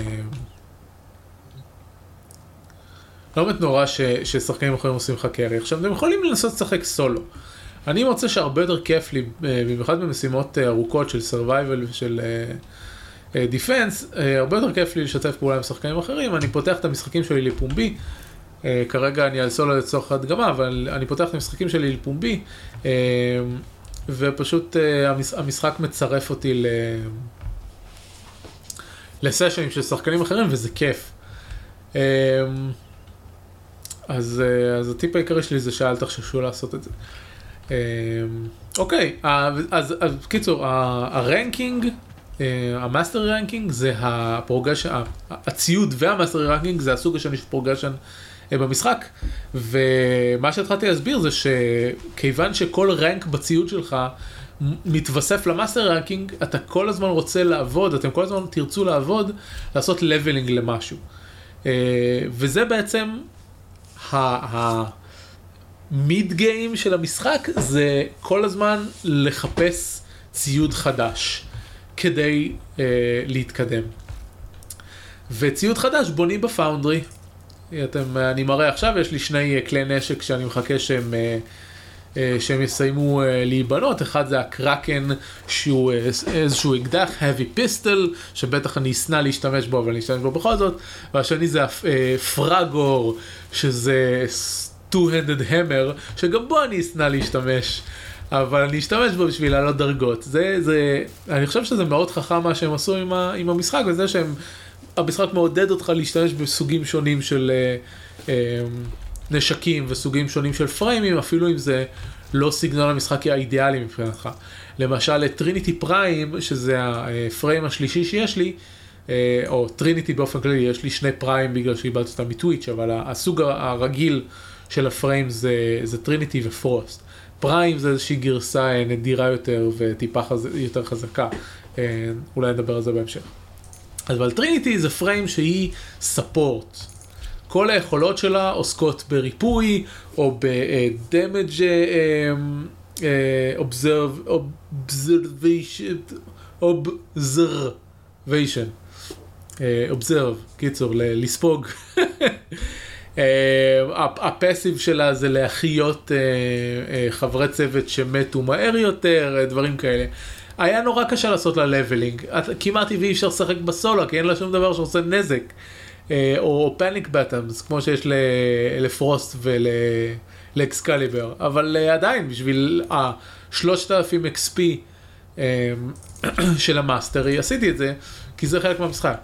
ששחקנים אחרים עושים לך קרי. עכשיו, אתם יכולים לנסות לשחק סולו. אני מוצא שהרבה יותר כיף לי, במיוחד במשימות ארוכות של survival ושל defense, הרבה יותר כיף לי לשתף פעולה עם שחקנים אחרים. אני פותח את המשחקים שלי לפומבי, כרגע אני על סולו לצורך הדגמה, אבל אני פותח את המשחקים שלי לפומבי, ופשוט המשחק מצרף אותי לסשנים של שחקנים אחרים, וזה כיף. אז הטיפ העיקרי שלי זה שאל תחששו לעשות את זה. אוקיי, אז קיצור, הרנקינג, המאסטר רנקינג זה הפרוגרשן, הציוד והמאסטר רנקינג זה הסוג השני של פרוגרשן במשחק, ומה שהתחלתי להסביר זה שכיוון שכל רנק בציוד שלך מתווסף למאסטר רנקינג, אתה כל הזמן רוצה לעבוד, אתם כל הזמן תרצו לעבוד, לעשות לבלינג למשהו. וזה בעצם המיד גיים של המשחק, זה כל הזמן לחפש ציוד חדש כדי להתקדם. וציוד חדש בונים בפאונדרי. אני מראה עכשיו, יש לי שני כלי נשק שאני מחכה שהם יסיימו להיבנות. אחד זה הקרקן, שהוא איזשהו אקדח, heavy pistol, שבטח אני אסנה להשתמש בו, אבל אני אשתמש בו בכל זאת. והשני זה הפרגור, שזה two-handed hammer, שגם בו אני אסנה להשתמש, אבל אני אשתמש בו בשביל לעלות דרגות. אני חושב שזה מאוד חכם מה שהם עשו עם המשחק, וזה שהמשחק מעודד אותך להשתמש בסוגים שונים של נשקים וסוגים שונים של פריימים, אפילו אם זה לא סגנון המשחק האידיאלי מבחינתך. למשל, טריניטי פריים, שזה הפריים השלישי שיש לי, או טריניטי באופן כללי, יש לי שני פריים בגלל שאיבדתי אותם מטוויץ', אבל הסוג הרגיל של הפריים זה טריניטי ופרוסט. פריים זה איזושהי גרסה נדירה יותר וטיפה יותר חזקה. אולי נדבר על זה בהמשך. אבל טריניטי זה פריים שהיא ספורט. כל היכולות שלה עוסקות בריפוי או בדמג' observe, קיצור, לספוג. הפסיב שלה זה להחיות חברי צוות שמתו מהר יותר, דברים כאלה. היה נורא קשה לעשות לה לבלינג, כמעט אי אפשר לשחק בסולו, כי אין לה שום דבר שעושה נזק. או פאניק בטמס, כמו שיש לפרוסט ולאקסקליבר, אבל עדיין, בשביל 3,000 XP של המאסטרי, עשיתי את זה, כי זה חלק מהמשחק.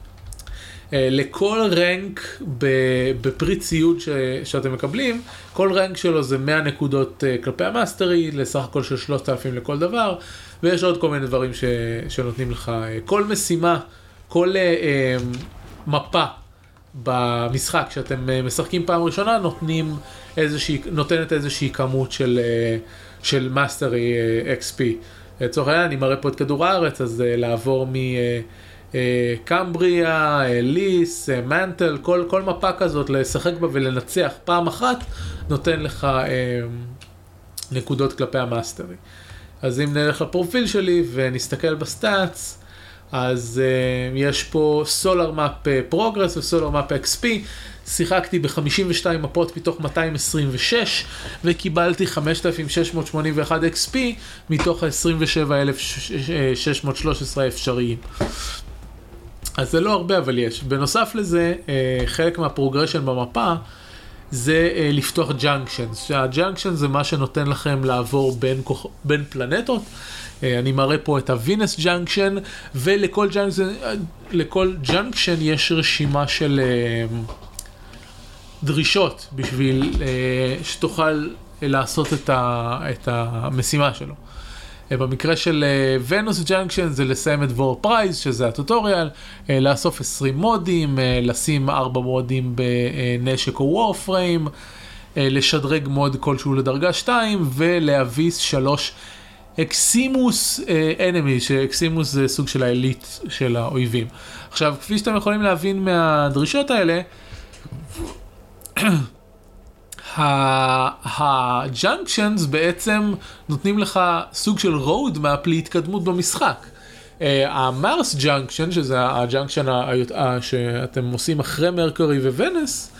לכל רנק בפרי ציוד שאתם מקבלים, כל רנק שלו זה 100 נקודות כלפי המאסטרי, לסך הכל של 3,000 לכל דבר, ויש עוד כל מיני דברים שנותנים לך. כל משימה, כל מפה במשחק שאתם משחקים פעם ראשונה נותנת איזושהי כמות של מאסטרי XP. לצורך העניין, אני מראה פה את כדור הארץ, אז לעבור מקמבריה, ליס, מנטל, כל מפה כזאת, לשחק בה ולנצח פעם אחת, נותן לך נקודות כלפי המאסטרי. אז אם נלך לפרופיל שלי ונסתכל בסטאטס, אז יש פה סולר מאפ פרוגרס וסולר מאפ XP, שיחקתי ב-52 מפות מתוך 226, וקיבלתי 5,681 XP מתוך ה-27,613 אפשריים. אז זה לא הרבה, אבל יש. בנוסף לזה, חלק מהפרוגרשן במפה, זה לפתוח ג'אנקשנס. הג'אנקשן זה מה שנותן לכם לעבור בין פלנטות. אני מראה פה את הווינס ג'אנקשן, ולכל ג'אנקשן יש רשימה של דרישות בשביל שתוכל לעשות את המשימה שלו. במקרה של ונוס ג'אנקשן זה לסיים את וור פרייז, שזה הטוטוריאל, לאסוף 20 מודים, לשים 4 מודים בנשק או וורפריים, לשדרג מוד כלשהו לדרגה 2, ולהביס 3 אקסימוס אנמי, שאקסימוס זה סוג של האליט של האויבים. עכשיו, כפי שאתם יכולים להבין מהדרישות האלה, הג'אנקשנס בעצם נותנים לך סוג של road map להתקדמות במשחק. המרס ג'אנקשן, שזה הג'אנקשן שאתם עושים אחרי מרקורי וונוס,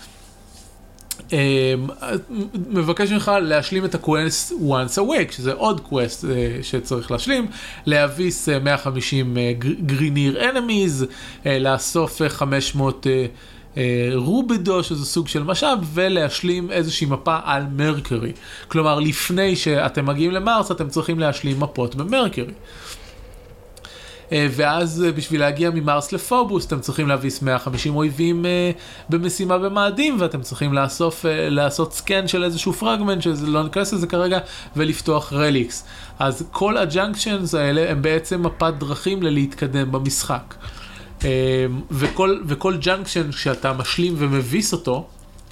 מבקש ממך להשלים את הקווסט once a week, שזה עוד קווסט שצריך להשלים, להביס 150 גריניר enemies, לאסוף 500 רובדו, שזה סוג של משאב, ולהשלים איזושהי מפה על מרקורי. כלומר, לפני שאתם מגיעים למרס, אתם צריכים להשלים מפות במרקורי. ואז בשביל להגיע ממרס לפובוס, אתם צריכים להביס 150 אויבים במשימה במאדים, ואתם צריכים לעשות סקן של איזשהו פרגמנט, שלא ניכנס לזה כרגע, ולפתוח רליקס. אז כל הג'אנקשנס האלה הם בעצם מפת דרכים להתקדם במשחק. וכל ג'אנקשן שאתה משלים ומביס אותו,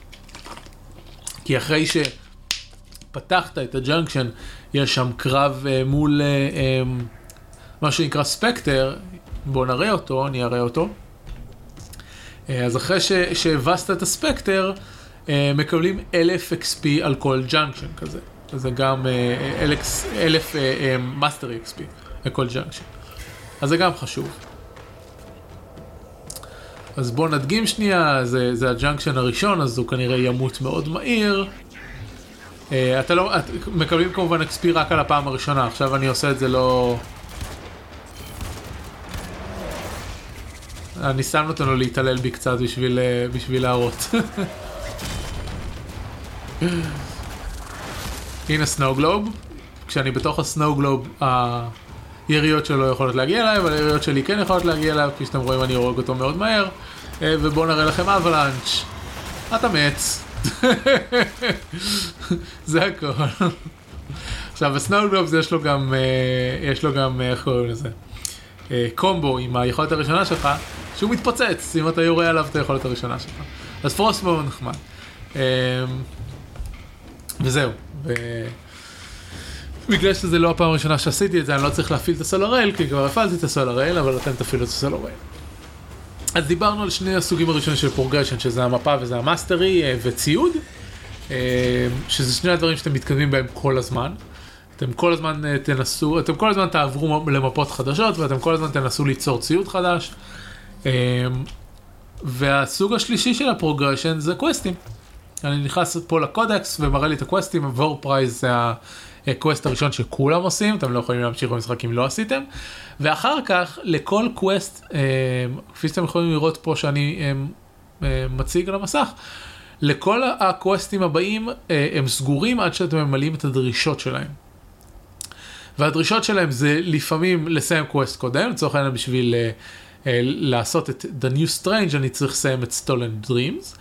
כי אחרי שפתחת את הג'אנקשן, יש שם קרב מול מה שנקרא ספקטר, בואו נראה אותו, אני אראה אותו. אז אחרי שהבסת את הספקטר, מקבלים 1000 XP על כל ג'אנקשן כזה. זה גם 1000 מאסטרי XP לכל ג'אנקשן. אז זה גם חשוב. אז בואו נדגים שנייה, זה הג'אנקשן הראשון, אז הוא כנראה ימות מאוד מהיר. מקבלים כמובן XP רק על הפעם הראשונה, עכשיו אני עושה את זה לא... אני שם אותנו להתעלל בי קצת בשביל להראות. הנה סנואו גלוב. כשאני בתוך הסנואו גלוב, היריות שלו יכולות להגיע אליי, אבל היריות שלי כן יכולות להגיע אליי, כפי שאתם רואים אני הורג אותו מאוד מהר. ובואו נראה לכם אבלנץ'. אתה מץ. זה הכל. עכשיו, הסנואו גלוב יש לו גם, איך קוראים לזה? קומבו עם היכולת הראשונה שלך, שהוא מתפוצץ, אם אתה יורה עליו את היכולת הראשונה שלך. אז פרוסטבו נחמד. וזהו. בגלל שזה לא הפעם הראשונה שעשיתי את זה, אני לא צריך להפעיל את הסולרייל, כי כבר הפעלתי את הסולרייל, אבל אתם תפעילו את הסולרייל. אז דיברנו על שני הסוגים הראשונים של פרוגרשן, שזה המפה וזה המאסטרי וציוד, שזה שני הדברים שאתם מתקדמים בהם כל הזמן. אתם כל הזמן תעברו למפות חדשות, ואתם כל הזמן תנסו ליצור ציוד חדש. והסוג השלישי של הפרוגרשן זה קווסטים. אני נכנס פה לקודקס ומראה לי את הקווסטים, וור פרייז זה הקווסט הראשון שכולם עושים, אתם לא יכולים להמשיך במשחק אם לא עשיתם. ואחר כך, לכל קווסט, כפי שאתם יכולים לראות פה שאני מציג על המסך, לכל הקווסטים הבאים הם סגורים עד שאתם ממלאים את הדרישות שלהם. והדרישות שלהם זה לפעמים לסיים קווסט קודם, לצורך העניין בשביל לעשות את The New Strange, אני צריך לסיים את Stolen Dreams,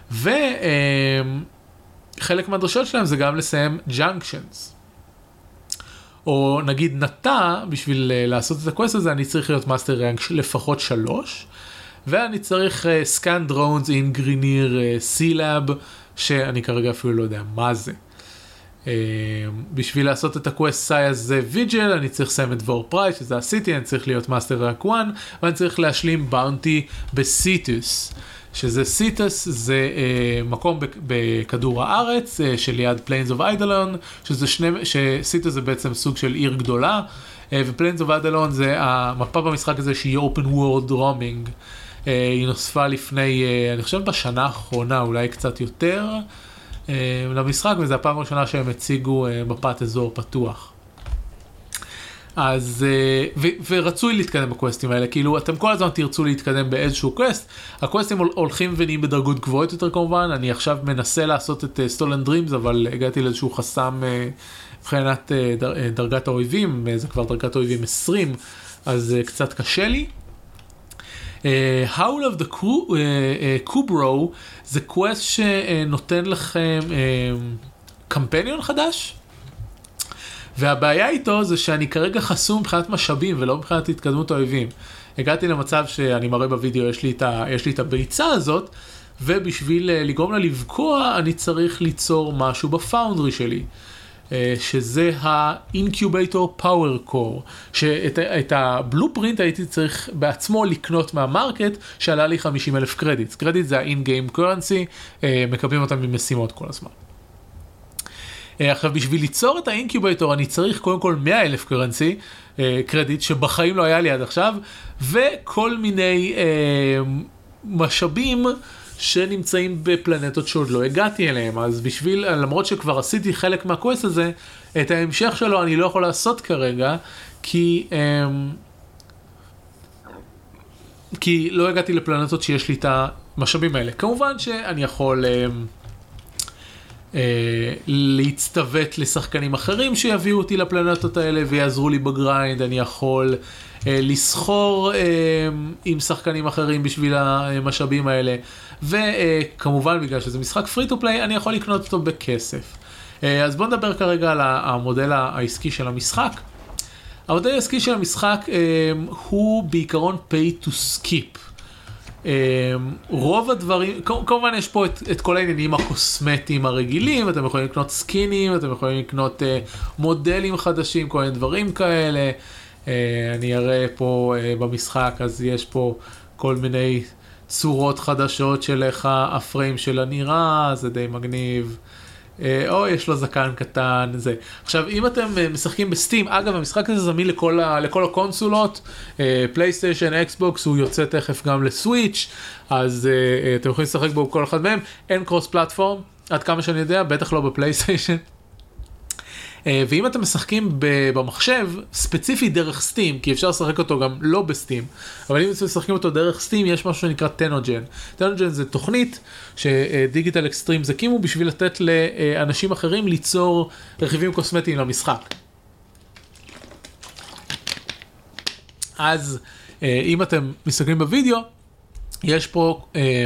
וחלק מהדרישות שלהם זה גם לסיים Junctions. או נגיד נטה, בשביל לעשות את הקווסט הזה, אני צריך להיות מאסטר רנק לפחות 3, ואני צריך Scan Drones in Greeneer C-Lab, שאני כרגע אפילו לא יודע מה זה. בשביל לעשות את הקווסט סאי הזה ויג'ל, אני צריך לסיים את וור פרייז, שזה הסיטי, אני צריך להיות מאסטר רנק 1, ואני צריך להשלים באונטי בסיטוס, שזה סיטוס, זה מקום בכדור הארץ, שליד פליינס אוף אידלון, שסיטוס זה בעצם סוג של עיר גדולה, ופליינס אוף אידלון זה המפה במשחק הזה שהיא open world roaming, היא נוספה לפני, אני חושב בשנה האחרונה, אולי קצת יותר, למשחק, וזו הפעם הראשונה שהם הציגו מפת אזור פתוח. אז, ורצוי להתקדם בקווסטים האלה, כאילו אתם כל הזמן תרצו להתקדם באיזשהו קווסט, הקווסטים הולכים ונהיים בדרגות גבוהות יותר כמובן, אני עכשיו מנסה לעשות את Stolen Dreams, אבל הגעתי לאיזשהו חסם מבחינת דרגת האויבים, זה כבר דרגת האויבים 20, אז קצת קשה לי. Howl of the Kubrow זה קווסט שנותן לכם קמפיון חדש, והבעיה איתו זה שאני כרגע חסום מבחינת משאבים ולא מבחינת התקדמות האויבים. הגעתי למצב שאני מראה בווידאו, יש לי את הביצה הזאת, ובשביל לגרום לה לבקוע אני צריך ליצור משהו בפאונדרי שלי, שזה ה-Incubator Power Core, שאת הבלופרינט הייתי צריך בעצמו לקנות מהמרקט, שעלה לי 50,000 קרדיטס. קרדיט זה ה-in-game currency, מקבלים אותם ממשימות כל הזמן. עכשיו, בשביל ליצור את האינקיובייטור אני צריך קודם כל 100,000 קרנסי, קרדיט שבחיים לא היה לי עד עכשיו, וכל מיני משאבים שנמצאים בפלנטות שעוד לא הגעתי אליהם. אז למרות שכבר עשיתי חלק מהקווסט הזה, את ההמשך שלו אני לא יכול לעשות כרגע, כי לא הגעתי לפלנטות שיש לי את המשאבים האלה. כמובן שאני יכול להצטוות לשחקנים אחרים שיביאו אותי לפלנטות האלה ויעזרו לי בגריינד, אני יכול לסחור עם שחקנים אחרים בשביל המשאבים האלה, וכמובן בגלל שזה משחק פרי טו פליי אני יכול לקנות אותו בכסף. אז בואו נדבר כרגע על המודל העסקי של המשחק. המודל העסקי של המשחק הוא בעיקרון pay to skip. רוב הדברים, כמובן יש פה את כל העניינים הקוסמטיים הרגילים, אתם יכולים לקנות סקינים, אתם יכולים לקנות מודלים חדשים, כל מיני דברים כאלה. אני אראה פה במשחק, אז יש פה כל מיני צורות חדשות של איך הפריים שלה נראה, זה די מגניב. או יש לו זקן קטן, זה. עכשיו, אם אתם משחקים בסטים, אגב, המשחק הזה זמין לכל הקונסולות, פלייסטיישן, אקסבוקס, הוא יוצא תכף גם לסוויץ', אז אתם יכולים לשחק בו כל אחד מהם. אין קרוס פלטפורם, עד כמה שאני יודע, בטח לא בפלייסטיישן. ואם אתם משחקים במחשב, ספציפי דרך סטים, כי אפשר לשחק אותו גם לא בסטים, אבל אם אתם משחקים אותו דרך סטים, יש משהו שנקרא טנוג'ן. טנוג'ן זה תוכנית שדיגיטל אקסטרימס הקימו בשביל לתת לאנשים אחרים ליצור רכיבים קוסמטיים למשחק. אז אם אתם מסתכלים בווידאו, יש פה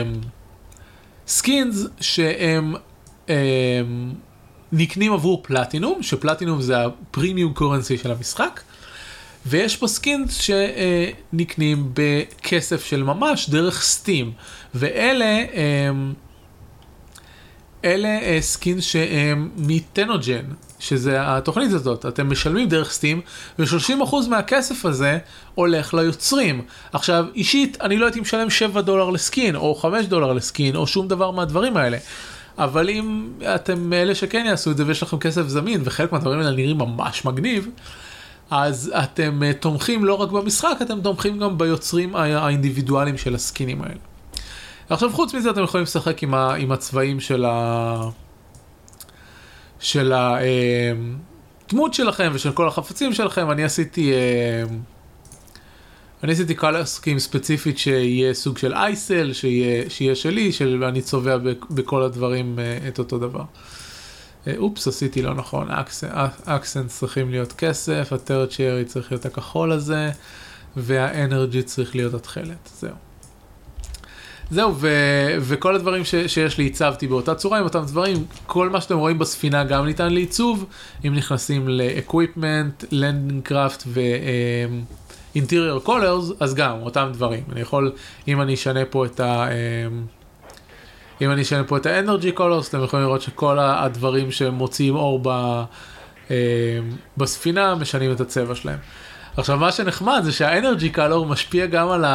סקינס שהם נקנים עבור פלטינום, שפלטינום זה הפרימיום קורנסי של המשחק, ויש פה סקינס שנקנים בכסף של ממש דרך סטים, ואלה סקינס שהם מטנוג'ן, שזה התוכנית הזאת, אתם משלמים דרך סטים, ו30% מהכסף הזה הולך ליוצרים. עכשיו, אישית, אני לא הייתי משלם $7 לסקין, או $5 לסקין, או שום דבר מהדברים האלה. אבל אם אתם אלה שכן יעשו את זה ויש לכם כסף זמין וחלק מהדברים האלה נראים ממש מגניב, אז אתם תומכים לא רק במשחק, אתם תומכים גם ביוצרים האינדיבידואליים של הסקינים האלה. עכשיו חוץ מזה אתם יכולים לשחק עם הצבעים של הדמות שלכם ושל כל החפצים שלכם. אני עשיתי קולר סקים ספציפית שיהיה סוג של אייסל, שיהיה שלי, אני צובע בכל הדברים את אותו דבר. אופס, עשיתי לא נכון, אקסנט צריכים להיות כסף, הטרצ'רי צריך להיות הכחול הזה, והאנרג'י צריך להיות התחלת, זהו, וכל הדברים שיש לי הצבתי באותה צורה עם אותם דברים, כל מה שאתם רואים בספינה גם ניתן לעיצוב, אם נכנסים ל-Equipment, Landing Craft Interior Colors, אז גם אותם דברים. אני יכול, אם אני אשנה פה את ה-Energy Colors, אתם יכולים לראות שכל הדברים שמוציאים אור בספינה משנים את הצבע שלהם. עכשיו, מה שנחמד זה שה-Energy Color משפיע גם על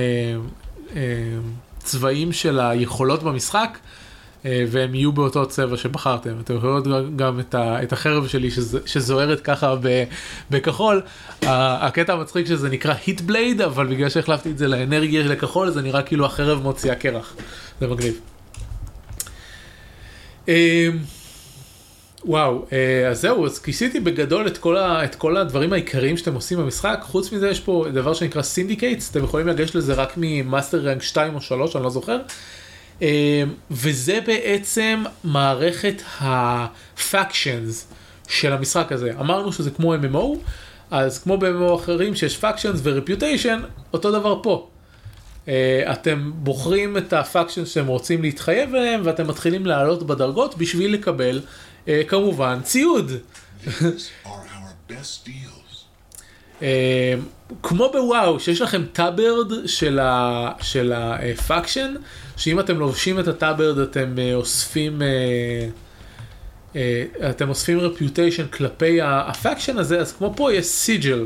הצבעים של היכולות במשחק, והם יהיו באותו צבע שבחרתם. אתם יכולים לראות גם את החרב שלי שזוהרת ככה בכחול. הקטע המצחיק שזה נקרא Hit Blade, אבל בגלל שהחלפתי את זה לאנרגיה לכחול, זה נראה כאילו החרב מוציאה קרח. זה מגניב. וואו, אז זהו, אז כיסיתי בגדול את כל הדברים העיקריים שאתם עושים במשחק. חוץ מזה יש פה דבר שנקרא סינדיקייטס, אתם יכולים לגשת לזה רק ממאסטר רנק 2 או 3, אני לא זוכר. וזה בעצם מערכת הפאקשנס של המשחק הזה. אמרנו שזה כמו MMO, אז כמו ב-MMO אחרים שיש פאקשנס ורפיוטיישן, אותו דבר פה. אתם בוחרים את הפאקשנס שאתם רוצים להתחייב אליהם, ואתם מתחילים לעלות בדרגות בשביל לקבל כמובן ציוד. כמו בוואו, שיש לכם טאברד של הפאקשן, שאם אתם לובשים את הטאברד אתם אוספים רפיוטיישן כלפי הפאקשן הזה, אז כמו פה יש סיג'ל.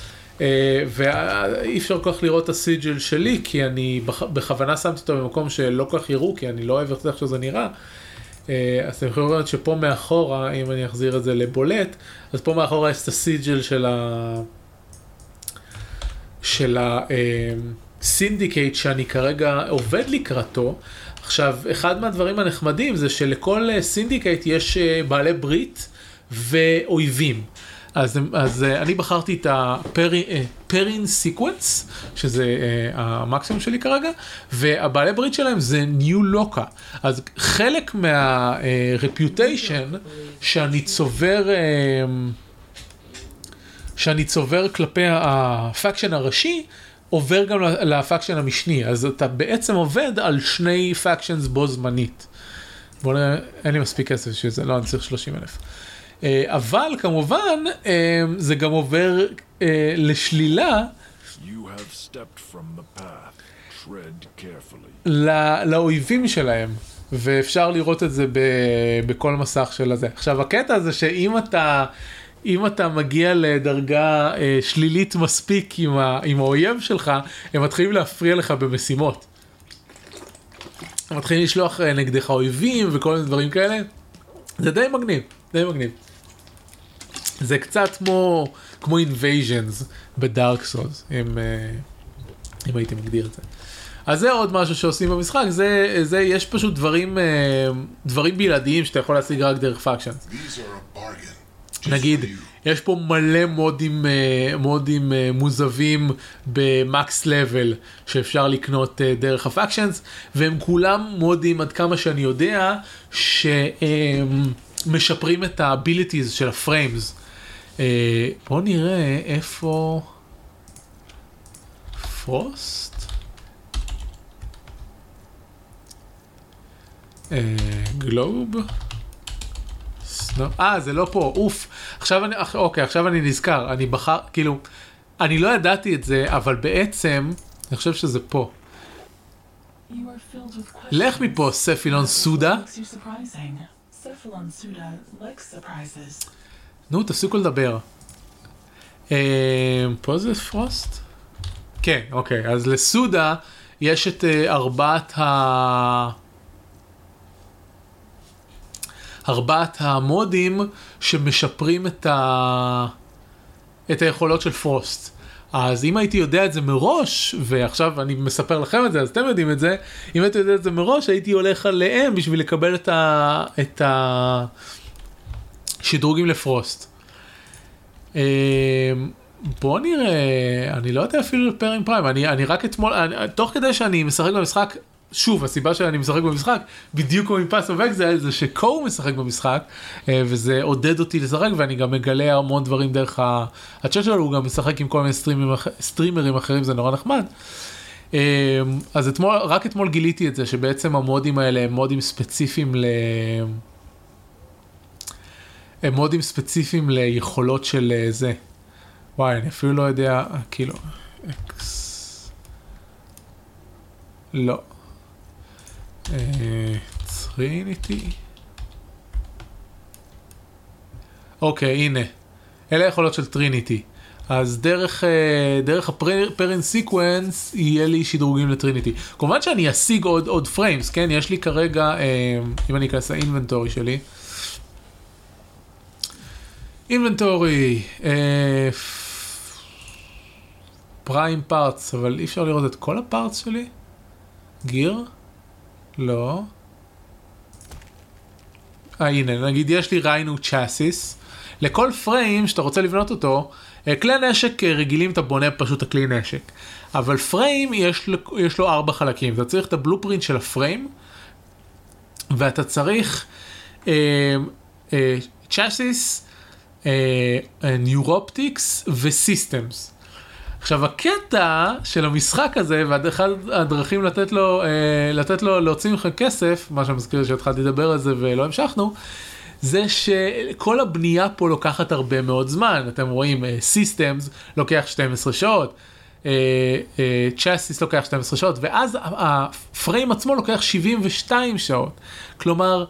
ואי אפשר כל כך לראות את הסיג'ל שלי, כי אני בכוונה שמתי אותו במקום שלא כל כך יראו, כי אני לא אוהב איך שזה נראה. אז אתם יכולים לראות שפה מאחורה, אם אני אחזיר את זה לבולט, אז פה מאחורה יש את הסיג'ל של הסינדיקייט שאני כרגע עובד לקראתו. עכשיו, אחד מהדברים הנחמדים זה שלכל סינדיקייט יש בעלי ברית ואויבים. אז אני בחרתי את הפרין סיקוונס, שזה המקסימום שלי כרגע, והבעלי ברית שלהם זה ניו לוקה. אז חלק מהרפיוטיישן שאני צובר כלפי הפאקשן הראשי, עובר גם לפאקשן המשני. אז אתה בעצם עובד על שני פאקשנס בו זמנית. בואו נראה, אין לי מספיק כסף שזה, לא, אני צריך 30,000. אבל כמובן זה גם עובר לשלילה לאויבים שלהם, ואפשר לראות את זה בכל מסך של הזה. עכשיו הקטע זה שאם אתה מגיע לדרגה שלילית מספיק עם האויב שלך, הם מתחילים להפריע לך במשימות. הם מתחילים לשלוח נגדך אויבים וכל מיני דברים כאלה. זה די מגניב. זה קצת כמו Invasions בדארק סולס, אם הייתי מגדיר את זה. אז זה עוד משהו שעושים במשחק, יש פשוט דברים בלעדיים שאתה יכול להשיג רק דרך פאקשנס. נגיד, יש פה מלא מודים מוזבים במקס לבל שאפשר לקנות דרך הפאקשנס, והם כולם מודים עד כמה שאני יודע שמשפרים את ה-abilities של הפריימס. בואו נראה איפה פרוסט גלוב זה לא פה, אוף. עכשיו אני נזכר, אני לא ידעתי את זה, אבל בעצם אני חושב שזה פה. לך מפה, ספילון סודה. נו, תפסיקו לדבר. פה זה פרוסט? כן, אוקיי. אז לסודה יש את ארבעת המודים שמשפרים את היכולות של פרוסט. אז אם הייתי יודע את זה מראש, ועכשיו אני מספר לכם את זה, אז אתם יודעים את זה, אם הייתי יודע את זה מראש, הייתי הולך עליהם בשביל לקבל את השדרוגים לפרוסט. בוא נראה, אני לא יודע אפילו לפרינג פריים, אני רק אתמול, תוך כדי שאני משחק במשחק, שוב, הסיבה שאני משחק במשחק, בדיוק כמו עם פאס אוף אקזייל, זה שקו משחק במשחק, וזה עודד אותי לשחק, ואני גם מגלה המון דברים דרך הצ'אט שלו, הוא גם משחק עם כל מיני סטרימרים אחרים, זה נורא נחמד. אז רק אתמול גיליתי את זה, שבעצם המודים האלה הם מודים ספציפיים ליכולות של זה. וואי, אני אפילו לא יודע, כאילו, לא. טריניטי. אוקיי, הנה. אלה היכולות של טריניטי. אז דרך הפרין סיקוונס יהיה לי שדרוגים לטריניטי. כמובן שאני אשיג עוד פריימס, כן? יש לי כרגע, אם אני אכנס לאינבנטורי שלי. אינבנטורי. פריים פארטס, אבל אי אפשר לראות את כל הפארטס שלי? גיר? לא. הנה, נגיד יש לי ריינו צ'אסיס, לכל פריים שאתה רוצה לבנות אותו, כלי נשק רגילים אתה בונה פשוט הכלי נשק, אבל פריים יש לו 4 חלקים, אתה צריך את הבלופרינט של הפריים, ואתה צריך צ'אסיס, ניורופטיקס וסיסטמס. עכשיו הקטע של המשחק הזה, ואחד הדרכים לתת לו להוציא ממך כסף, מה שמזכיר שהתחלתי לדבר על זה ולא המשכנו, זה שכל הבנייה פה לוקחת הרבה מאוד זמן. אתם רואים, סיסטמס לוקח 12 שעות, צ'אסיס לוקח 12 שעות, ואז הפריים עצמו לוקח 72 שעות. כלומר,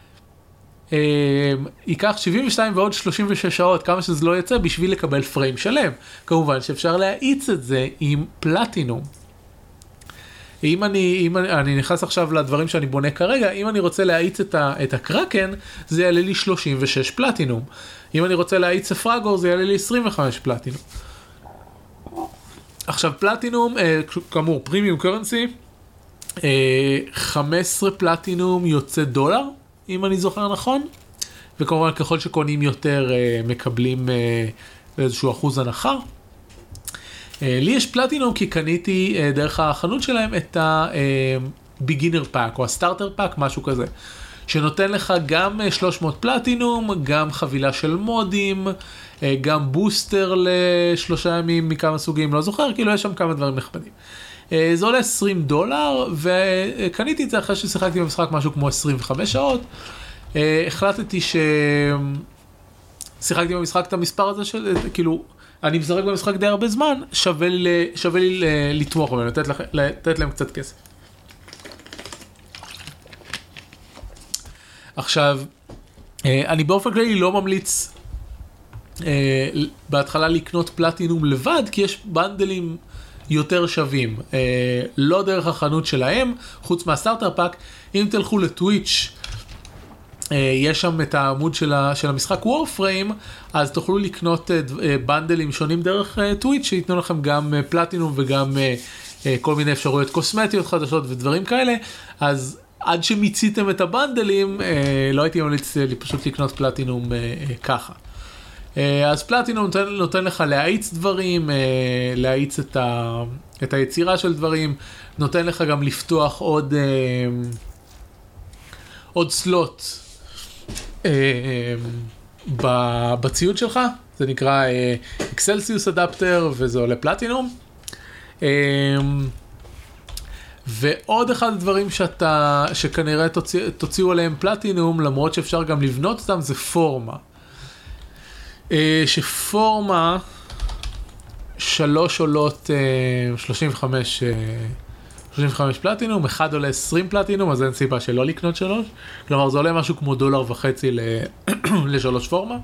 ייקח 72 ועוד 36 שעות, כמה שזה לא יצא, בשביל לקבל פריים שלם. כמובן שאפשר להאיץ את זה עם פלטינום. אם אני נכנס עכשיו לדברים שאני בונה כרגע, אם אני רוצה להאיץ את הקרקן, זה יעלה לי 36 פלטינום. אם אני רוצה להאיץ פרגור, זה יעלה לי 25 פלטינום. עכשיו פלטינום, כאמור, פרימיום קרנסי, 15 פלטינום יוצא דולר, אם אני זוכר נכון, וכמובן ככל שקונים יותר מקבלים איזשהו אחוז הנחה. לי יש פלטינום כי קניתי דרך החנות שלהם את ה-Beginner Pack או ה-Starter Pack, משהו כזה, שנותן לך גם 300 פלטינום, גם חבילה של מודים, גם בוסטר ל3 ימים מכמה סוגים, לא זוכר, כאילו יש שם כמה דברים נחמדים. זה עולה $20, וקניתי את זה אחרי ששיחקתי במשחק משהו כמו 25 שעות. החלטתי ששיחקתי במשחק את המספר הזה של, כאילו, אני משחק במשחק די הרבה זמן, שווה לי לתמוך בהם, לתת להם קצת כסף. עכשיו, אני באופן כללי לא ממליץ בהתחלה לקנות פלטינום לבד, כי יש בנדלים יותר שווים, לא דרך החנות שלהם, חוץ מהסטארטר פאק. אם תלכו לטוויץ', יש שם את העמוד של המשחק וורפריים, אז תוכלו לקנות בנדלים שונים דרך טוויץ', שיתנו לכם גם פלטינום וגם כל מיני אפשרויות קוסמטיות חדשות ודברים כאלה. אז עד שמיציתם את הבנדלים, לא הייתי ממליץ פשוט לקנות פלטינום ככה. אז פלטינום נותן לך להאיץ דברים, להאיץ את היצירה של דברים, נותן לך גם לפתוח עוד סלוט בציוד שלך, זה נקרא אקסלסיוס אדפטר, וזה עולה פלטינום. ועוד אחד הדברים שכנראה תוציאו עליהם פלטינום, למרות שאפשר גם לבנות אותם, זה פורמה. שפורמה 3 עולות 35 פלטינום, 1 עולה 20 פלטינום, אז אין סיבה שלא לקנות 3. כלומר, זה עולה משהו כמו $1.50 ל3 פורמה.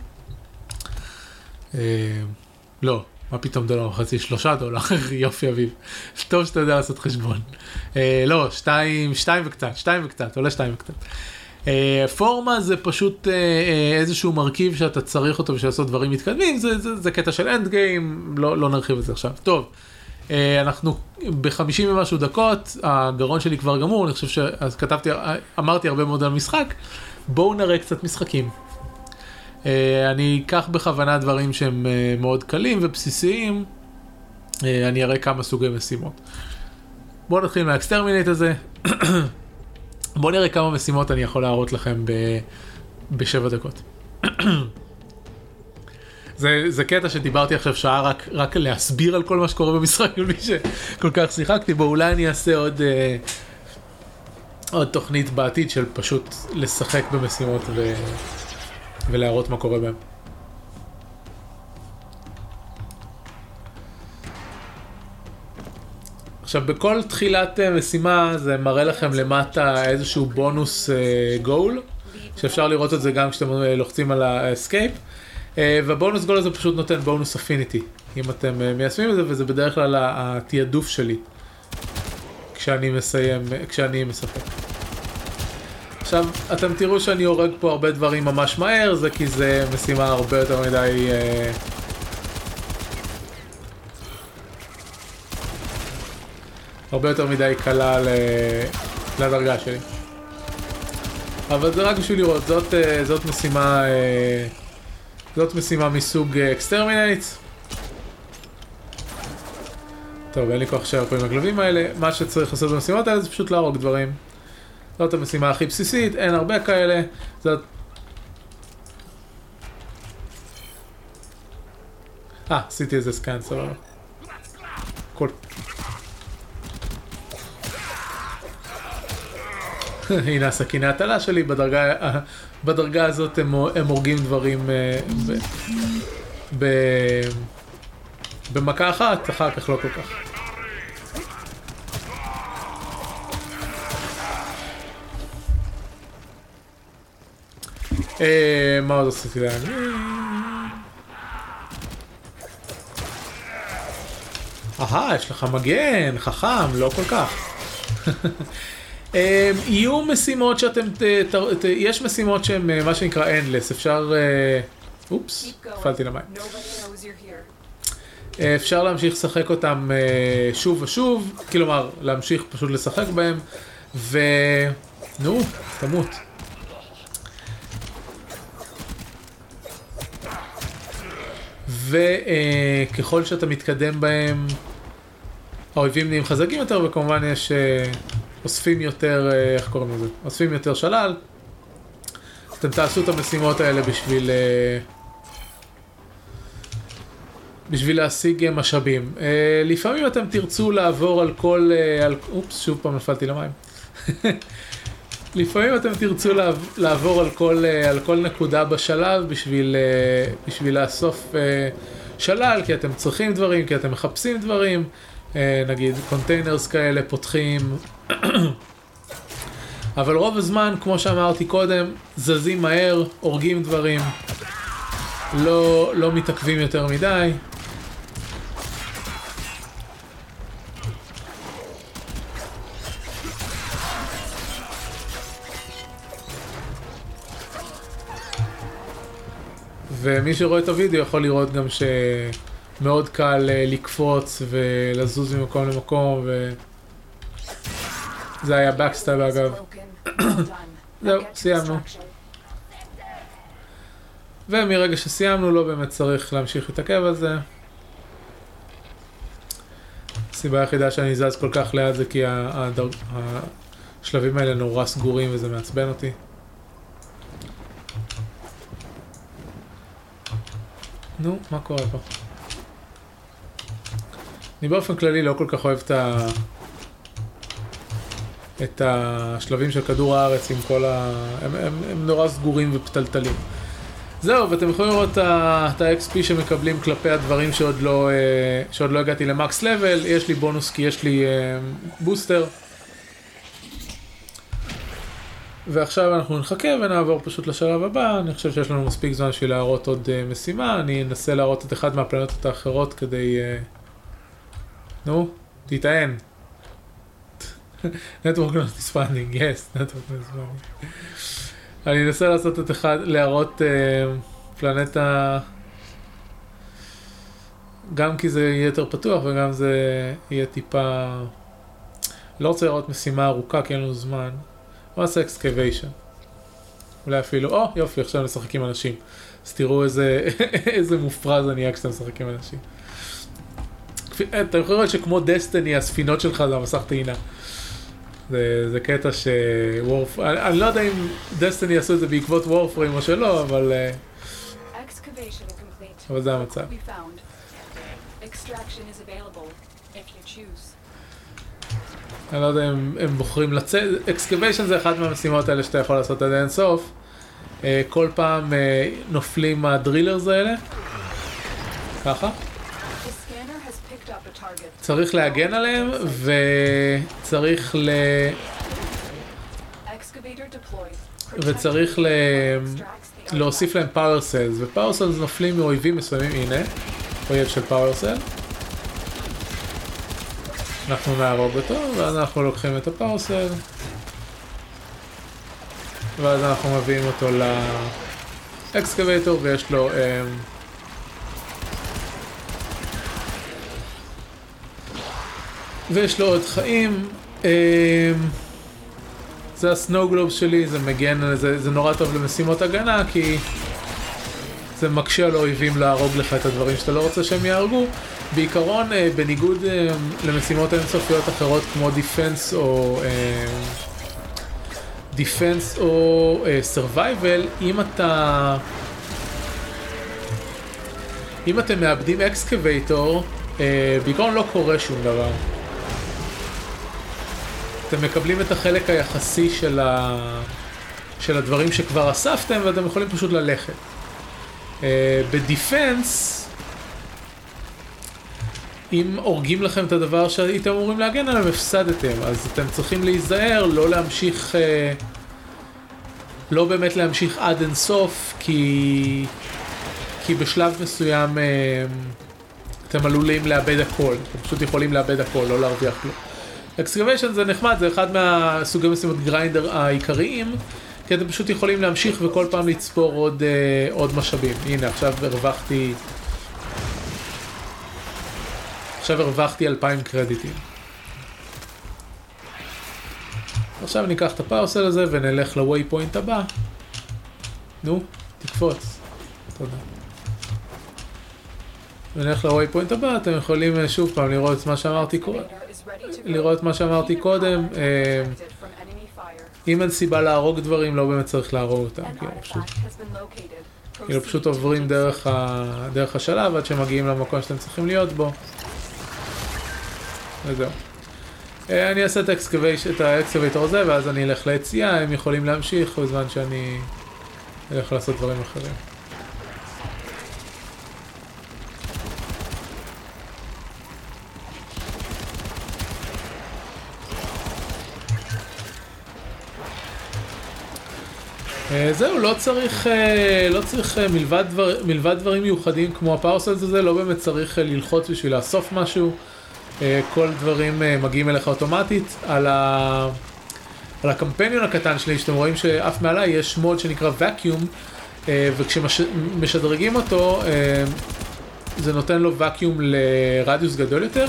לא, מה פתאום $1.50? $3, יופי אביב. טוב שאתה יודע לעשות חשבון. לא, 2 וקצת, עולה 2 וקצת. פורמה זה פשוט איזשהו מרכיב שאתה צריך אותו בשביל לעשות דברים מתקדמים, זה קטע של אנד גיים, לא נרחיב את זה עכשיו. טוב, אנחנו ב-50 ומשהו דקות, הגרון שלי כבר גמור, אני חושב אז אמרתי הרבה מאוד על משחק, בואו נראה קצת משחקים. אני אקח בכוונה דברים שהם מאוד קלים ובסיסיים, אני אראה כמה סוגי משימות. בואו נתחיל מהאקסטרמינט הזה. בואו נראה כמה משימות אני יכול להראות לכם ב7 דקות. זה קטע שדיברתי עכשיו שעה רק להסביר על כל מה שקורה במשחק, מי שכל כך שיחקתי בו. אולי אני אעשה עוד תוכנית בעתיד של פשוט לשחק במשימות ולהראות מה קורה בהם. עכשיו, בכל תחילת משימה זה מראה לכם למטה איזשהו בונוס גול, שאפשר לראות את זה גם כשאתם לוחצים על האסקייפ, והבונוס גול הזה פשוט נותן בונוס אפיניטי, אם אתם מיישמים את זה, וזה בדרך כלל התיעדוף שלי כשאני משחק. עכשיו, אתם תראו שאני הורג פה הרבה דברים ממש מהר, זה כי זה משימה הרבה יותר מדי קלה לדרגה שלי. אבל זה רק בשביל לראות, זאת משימה מסוג Exterminate. טוב, אין לי כוח עכשיו פה עם הגלבים האלה. מה שצריך לעשות במשימות האלה זה פשוט להרוג דברים. זאת המשימה הכי בסיסית, אין הרבה כאלה. עשיתי איזה סקאן, סבבה. קול. הנה הסכיני הטלה שלי, בדרגה הזאת הם הורגים דברים במכה אחת, אחר כך לא כל כך. מה עוד עשיתי להם? יש לך מגן, חכם, לא כל כך. יהיו משימות שאתם, יש משימות שהן מה שנקרא endless, אפשר, אופס, נפלתי למים. אפשר להמשיך לשחק אותם שוב ושוב, כלומר, להמשיך פשוט לשחק בהם, נו, תמות. וככל שאתה מתקדם בהם, האויבים נהיים חזקים יותר, וכמובן יש אוספים יותר, איך קוראים לזה? אוספים יותר שלל. אתם תעשו את המשימות האלה בשביל להשיג משאבים. לפעמים אתם תרצו לעבור על כל, אופס, שוב פעם נפלתי למים. לפעמים אתם תרצו לעבור על כל נקודה בשלב בשביל לאסוף שלל, כי אתם צריכים דברים, כי אתם מחפשים דברים, נגיד קונטיינרס כאלה פותחים. אבל רוב הזמן, כמו שאמרתי קודם, זזים מהר, הורגים דברים, לא מתעכבים יותר מדי. ומי שרואה את הוידאו יכול לראות גם שמאוד קל לקפוץ ולזוז ממקום למקום, זה היה בקסטאב אגב. זהו, סיימנו. ומרגע שסיימנו לא באמת צריך להמשיך להתעכב על זה. הסיבה היחידה שאני זז כל כך לאט זה כי השלבים האלה נורא סגורים וזה מעצבן אותי. נו, מה קורה פה? אני באופן כללי לא כל כך אוהב את השלבים של כדור הארץ עם כל הם נורא סגורים ופטלטלים. זהו, ואתם יכולים לראות את ה-XP שמקבלים כלפי הדברים שעוד לא הגעתי למקס לבל. יש לי בונוס כי יש לי בוסטר. ועכשיו אנחנו נחכה ונעבור פשוט לשלב הבא. אני חושב שיש לנו מספיק זמן בשביל להראות עוד משימה. אני אנסה להראות את אחד מהפלנטות האחרות כדי... נו, תתען. Network not expanding, yes, network not expanding. אני אנסה לעשות את אחד, להראות פלנטה, גם כי זה יהיה יותר פתוח וגם זה יהיה טיפה... לא רוצה לראות משימה ארוכה כי אין לנו זמן. בוא נעשה excavation. אולי אפילו, יופי, עכשיו נשחק עם אנשים. אז תראו איזה מופרז אני אהיה כשאתה משחק עם אנשים. אתה יכול לראות שכמו דסטיני, הספינות שלך זה המסך טעינה. זה קטע אני לא יודע אם דסטיני יעשו את זה בעקבות וורפריים או שלא, אבל זה המצב. אני לא יודע אם הם בוחרים לצאת. אקסקוויישן זה אחד מהמשימות האלה שאתה יכול לעשות עד אין סוף. כל פעם נופלים הדרילרס האלה. ככה. צריך להגן עליהם וצריך להוסיף להם פאוור סלס, ופאוור סלס נופלים מאויבים מסוימים. הנה, אויב של פאוור סל. אנחנו נהרוג אותו, ואז אנחנו לוקחים את הפאוור סל, ואז אנחנו מביאים אותו לאקסקווייטור, ויש לו עוד חיים. זה הסנואו גלוב שלי, זה מגן, זה נורא טוב למשימות הגנה, כי זה מקשה על אויבים להרוג לך את הדברים שאתה לא רוצה שהם יהרגו. בעיקרון, בניגוד למשימות אינסופיות אחרות כמו דיפנס או סרווייבל, אם אתם מאבדים אקסקווייטור, בעיקרון לא קורה שום דבר. אתם מקבלים את החלק היחסי של הדברים שכבר אספתם, ואתם יכולים פשוט ללכת. בדיפנס, אם הורגים לכם את הדבר שהייתם אמורים להגן עליו, הפסדתם, אז אתם צריכים להיזהר, לא להמשיך, לא באמת להמשיך עד אינסוף, כי בשלב מסוים אתם עלולים לאבד הכל, אתם פשוט יכולים לאבד הכל, לא להרוויח כלום. אקסקוויישן זה נחמד, זה אחד מהסוגי משימות גריינדר העיקריים, כי אתם פשוט יכולים להמשיך וכל פעם לצפור עוד משאבים. הנה, עכשיו הרווחתי 2,000 קרדיטים. עכשיו ניקח את הפאורסל הזה ונלך לווי פוינט הבא. נו, תקפוץ. תודה. ונלך לווי פוינט הבא, אתם יכולים שוב פעם לראות את מה שאמרתי קודם. אם אין סיבה להרוג דברים, לא באמת צריך להרוג אותם. כאילו פשוט עוברים דרך השלב עד שמגיעים למקום שאתם צריכים להיות בו. וזהו. אני אעשה את האקסקווייטור הזה, ואז אני אלך ליציאה, הם יכולים להמשיך בזמן שאני אלך לעשות דברים אחרים. זהו, לא צריך מלבד דברים מיוחדים כמו הפאורסלס הזה, לא באמת צריך ללחוץ בשביל לאסוף משהו. כל דברים מגיעים אליך אוטומטית. על הקמפיון הקטן שלי, שאתם רואים שאף מעלה יש מוד שנקרא Vacuum, וכשמשדרגים אותו, זה נותן לו Vacuum לרדיוס גדול יותר.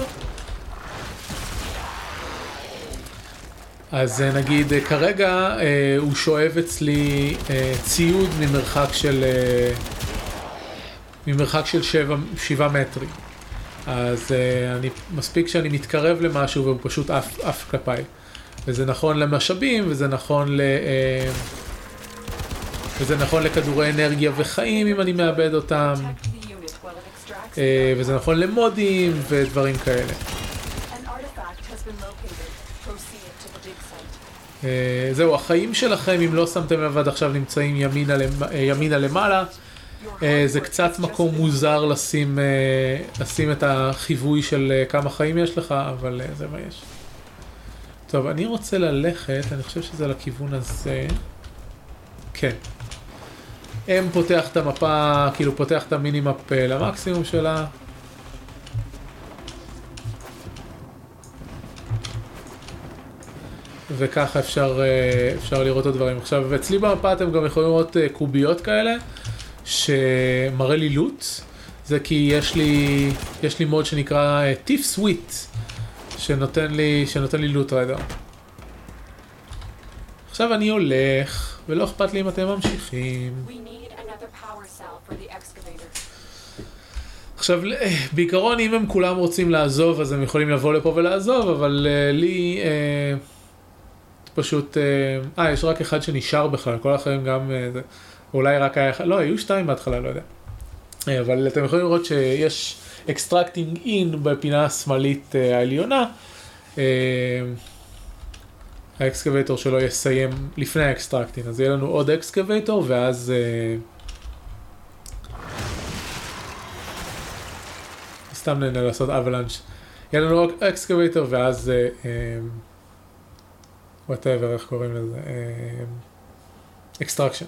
אז נגיד כרגע הוא שואב אצלי ציוד ממרחק של 7 מטרים. אז מספיק שאני מתקרב למשהו והוא פשוט עף כלפיי. וזה נכון למשאבים, וזה נכון לכדורי אנרגיה וחיים אם אני מאבד אותם. וזה נכון למודים ודברים כאלה. זהו, החיים שלכם, אם לא שמתם לב עד עכשיו, נמצאים ימינה למעלה. זה קצת מקום מוזר לשים את החיווי של כמה חיים יש לך, אבל זה מה יש. טוב, אני רוצה ללכת, אני חושב שזה לכיוון הזה. כן. פותח את המפה, כאילו פותח את המינימאפ למקסימום שלה. וככה אפשר לראות את הדברים. עכשיו, אצלי במפה אתם גם יכולים לראות קוביות כאלה, שמראה לי לוט. זה כי יש לי מוד שנקרא Thief Suite, שנותן לי לוט ריידר. עכשיו אני הולך, ולא אכפת לי אם אתם ממשיכים. עכשיו, בעיקרון אם הם כולם רוצים לעזוב, אז הם יכולים לבוא לפה ולעזוב, אבל לי פשוט, יש רק אחד שנשאר בכלל, כל האחרים גם, אולי רק היה אחד, לא, היו 2 בהתחלה, לא יודע. אבל אתם יכולים לראות שיש extracting in בפינה השמאלית העליונה. האקסקווייטור שלו יסיים לפני האקסטרקטינג, אז יהיה לנו עוד אקסקווייטור, ואז סתם נהנה לעשות אבלנץ'. יהיה לנו עוד אקסקווייטור, ואז whatever, איך קוראים לזה? extraction.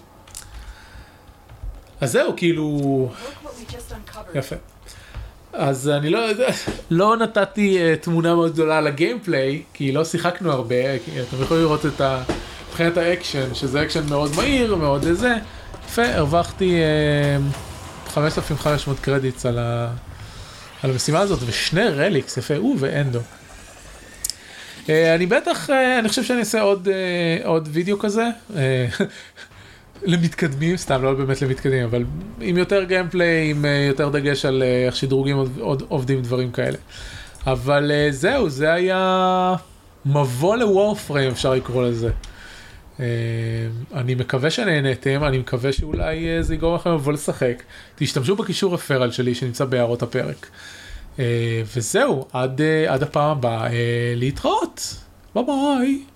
אז זהו, כאילו יפה. אז אני לא נתתי תמונה מאוד גדולה על הגיימפליי, כי לא שיחקנו הרבה, כי אתם יכולים לראות מבחינת האקשן, שזה אקשן מאוד מהיר, מאוד זה. יפה, הרווחתי 5,500 קרדיטס על המשימה הזאת, ו2 רליקס, יפה, ואנדו. אני חושב שאני אעשה עוד וידאו כזה, למתקדמים, סתם לא באמת למתקדמים, אבל עם יותר גיימפליי, עם יותר דגש על איך שדרוגים עובדים דברים כאלה. אבל זהו, זה היה מבוא לוורפריים, אפשר לקרוא לזה. אני מקווה שנהנתם, אני מקווה שאולי זה יגרום לכם לבוא לשחק. תשתמשו בקישור רפרל שלי שנמצא בהערות הפרק. וזהו, עד הפעם הבאה, להתראות. ביי ביי.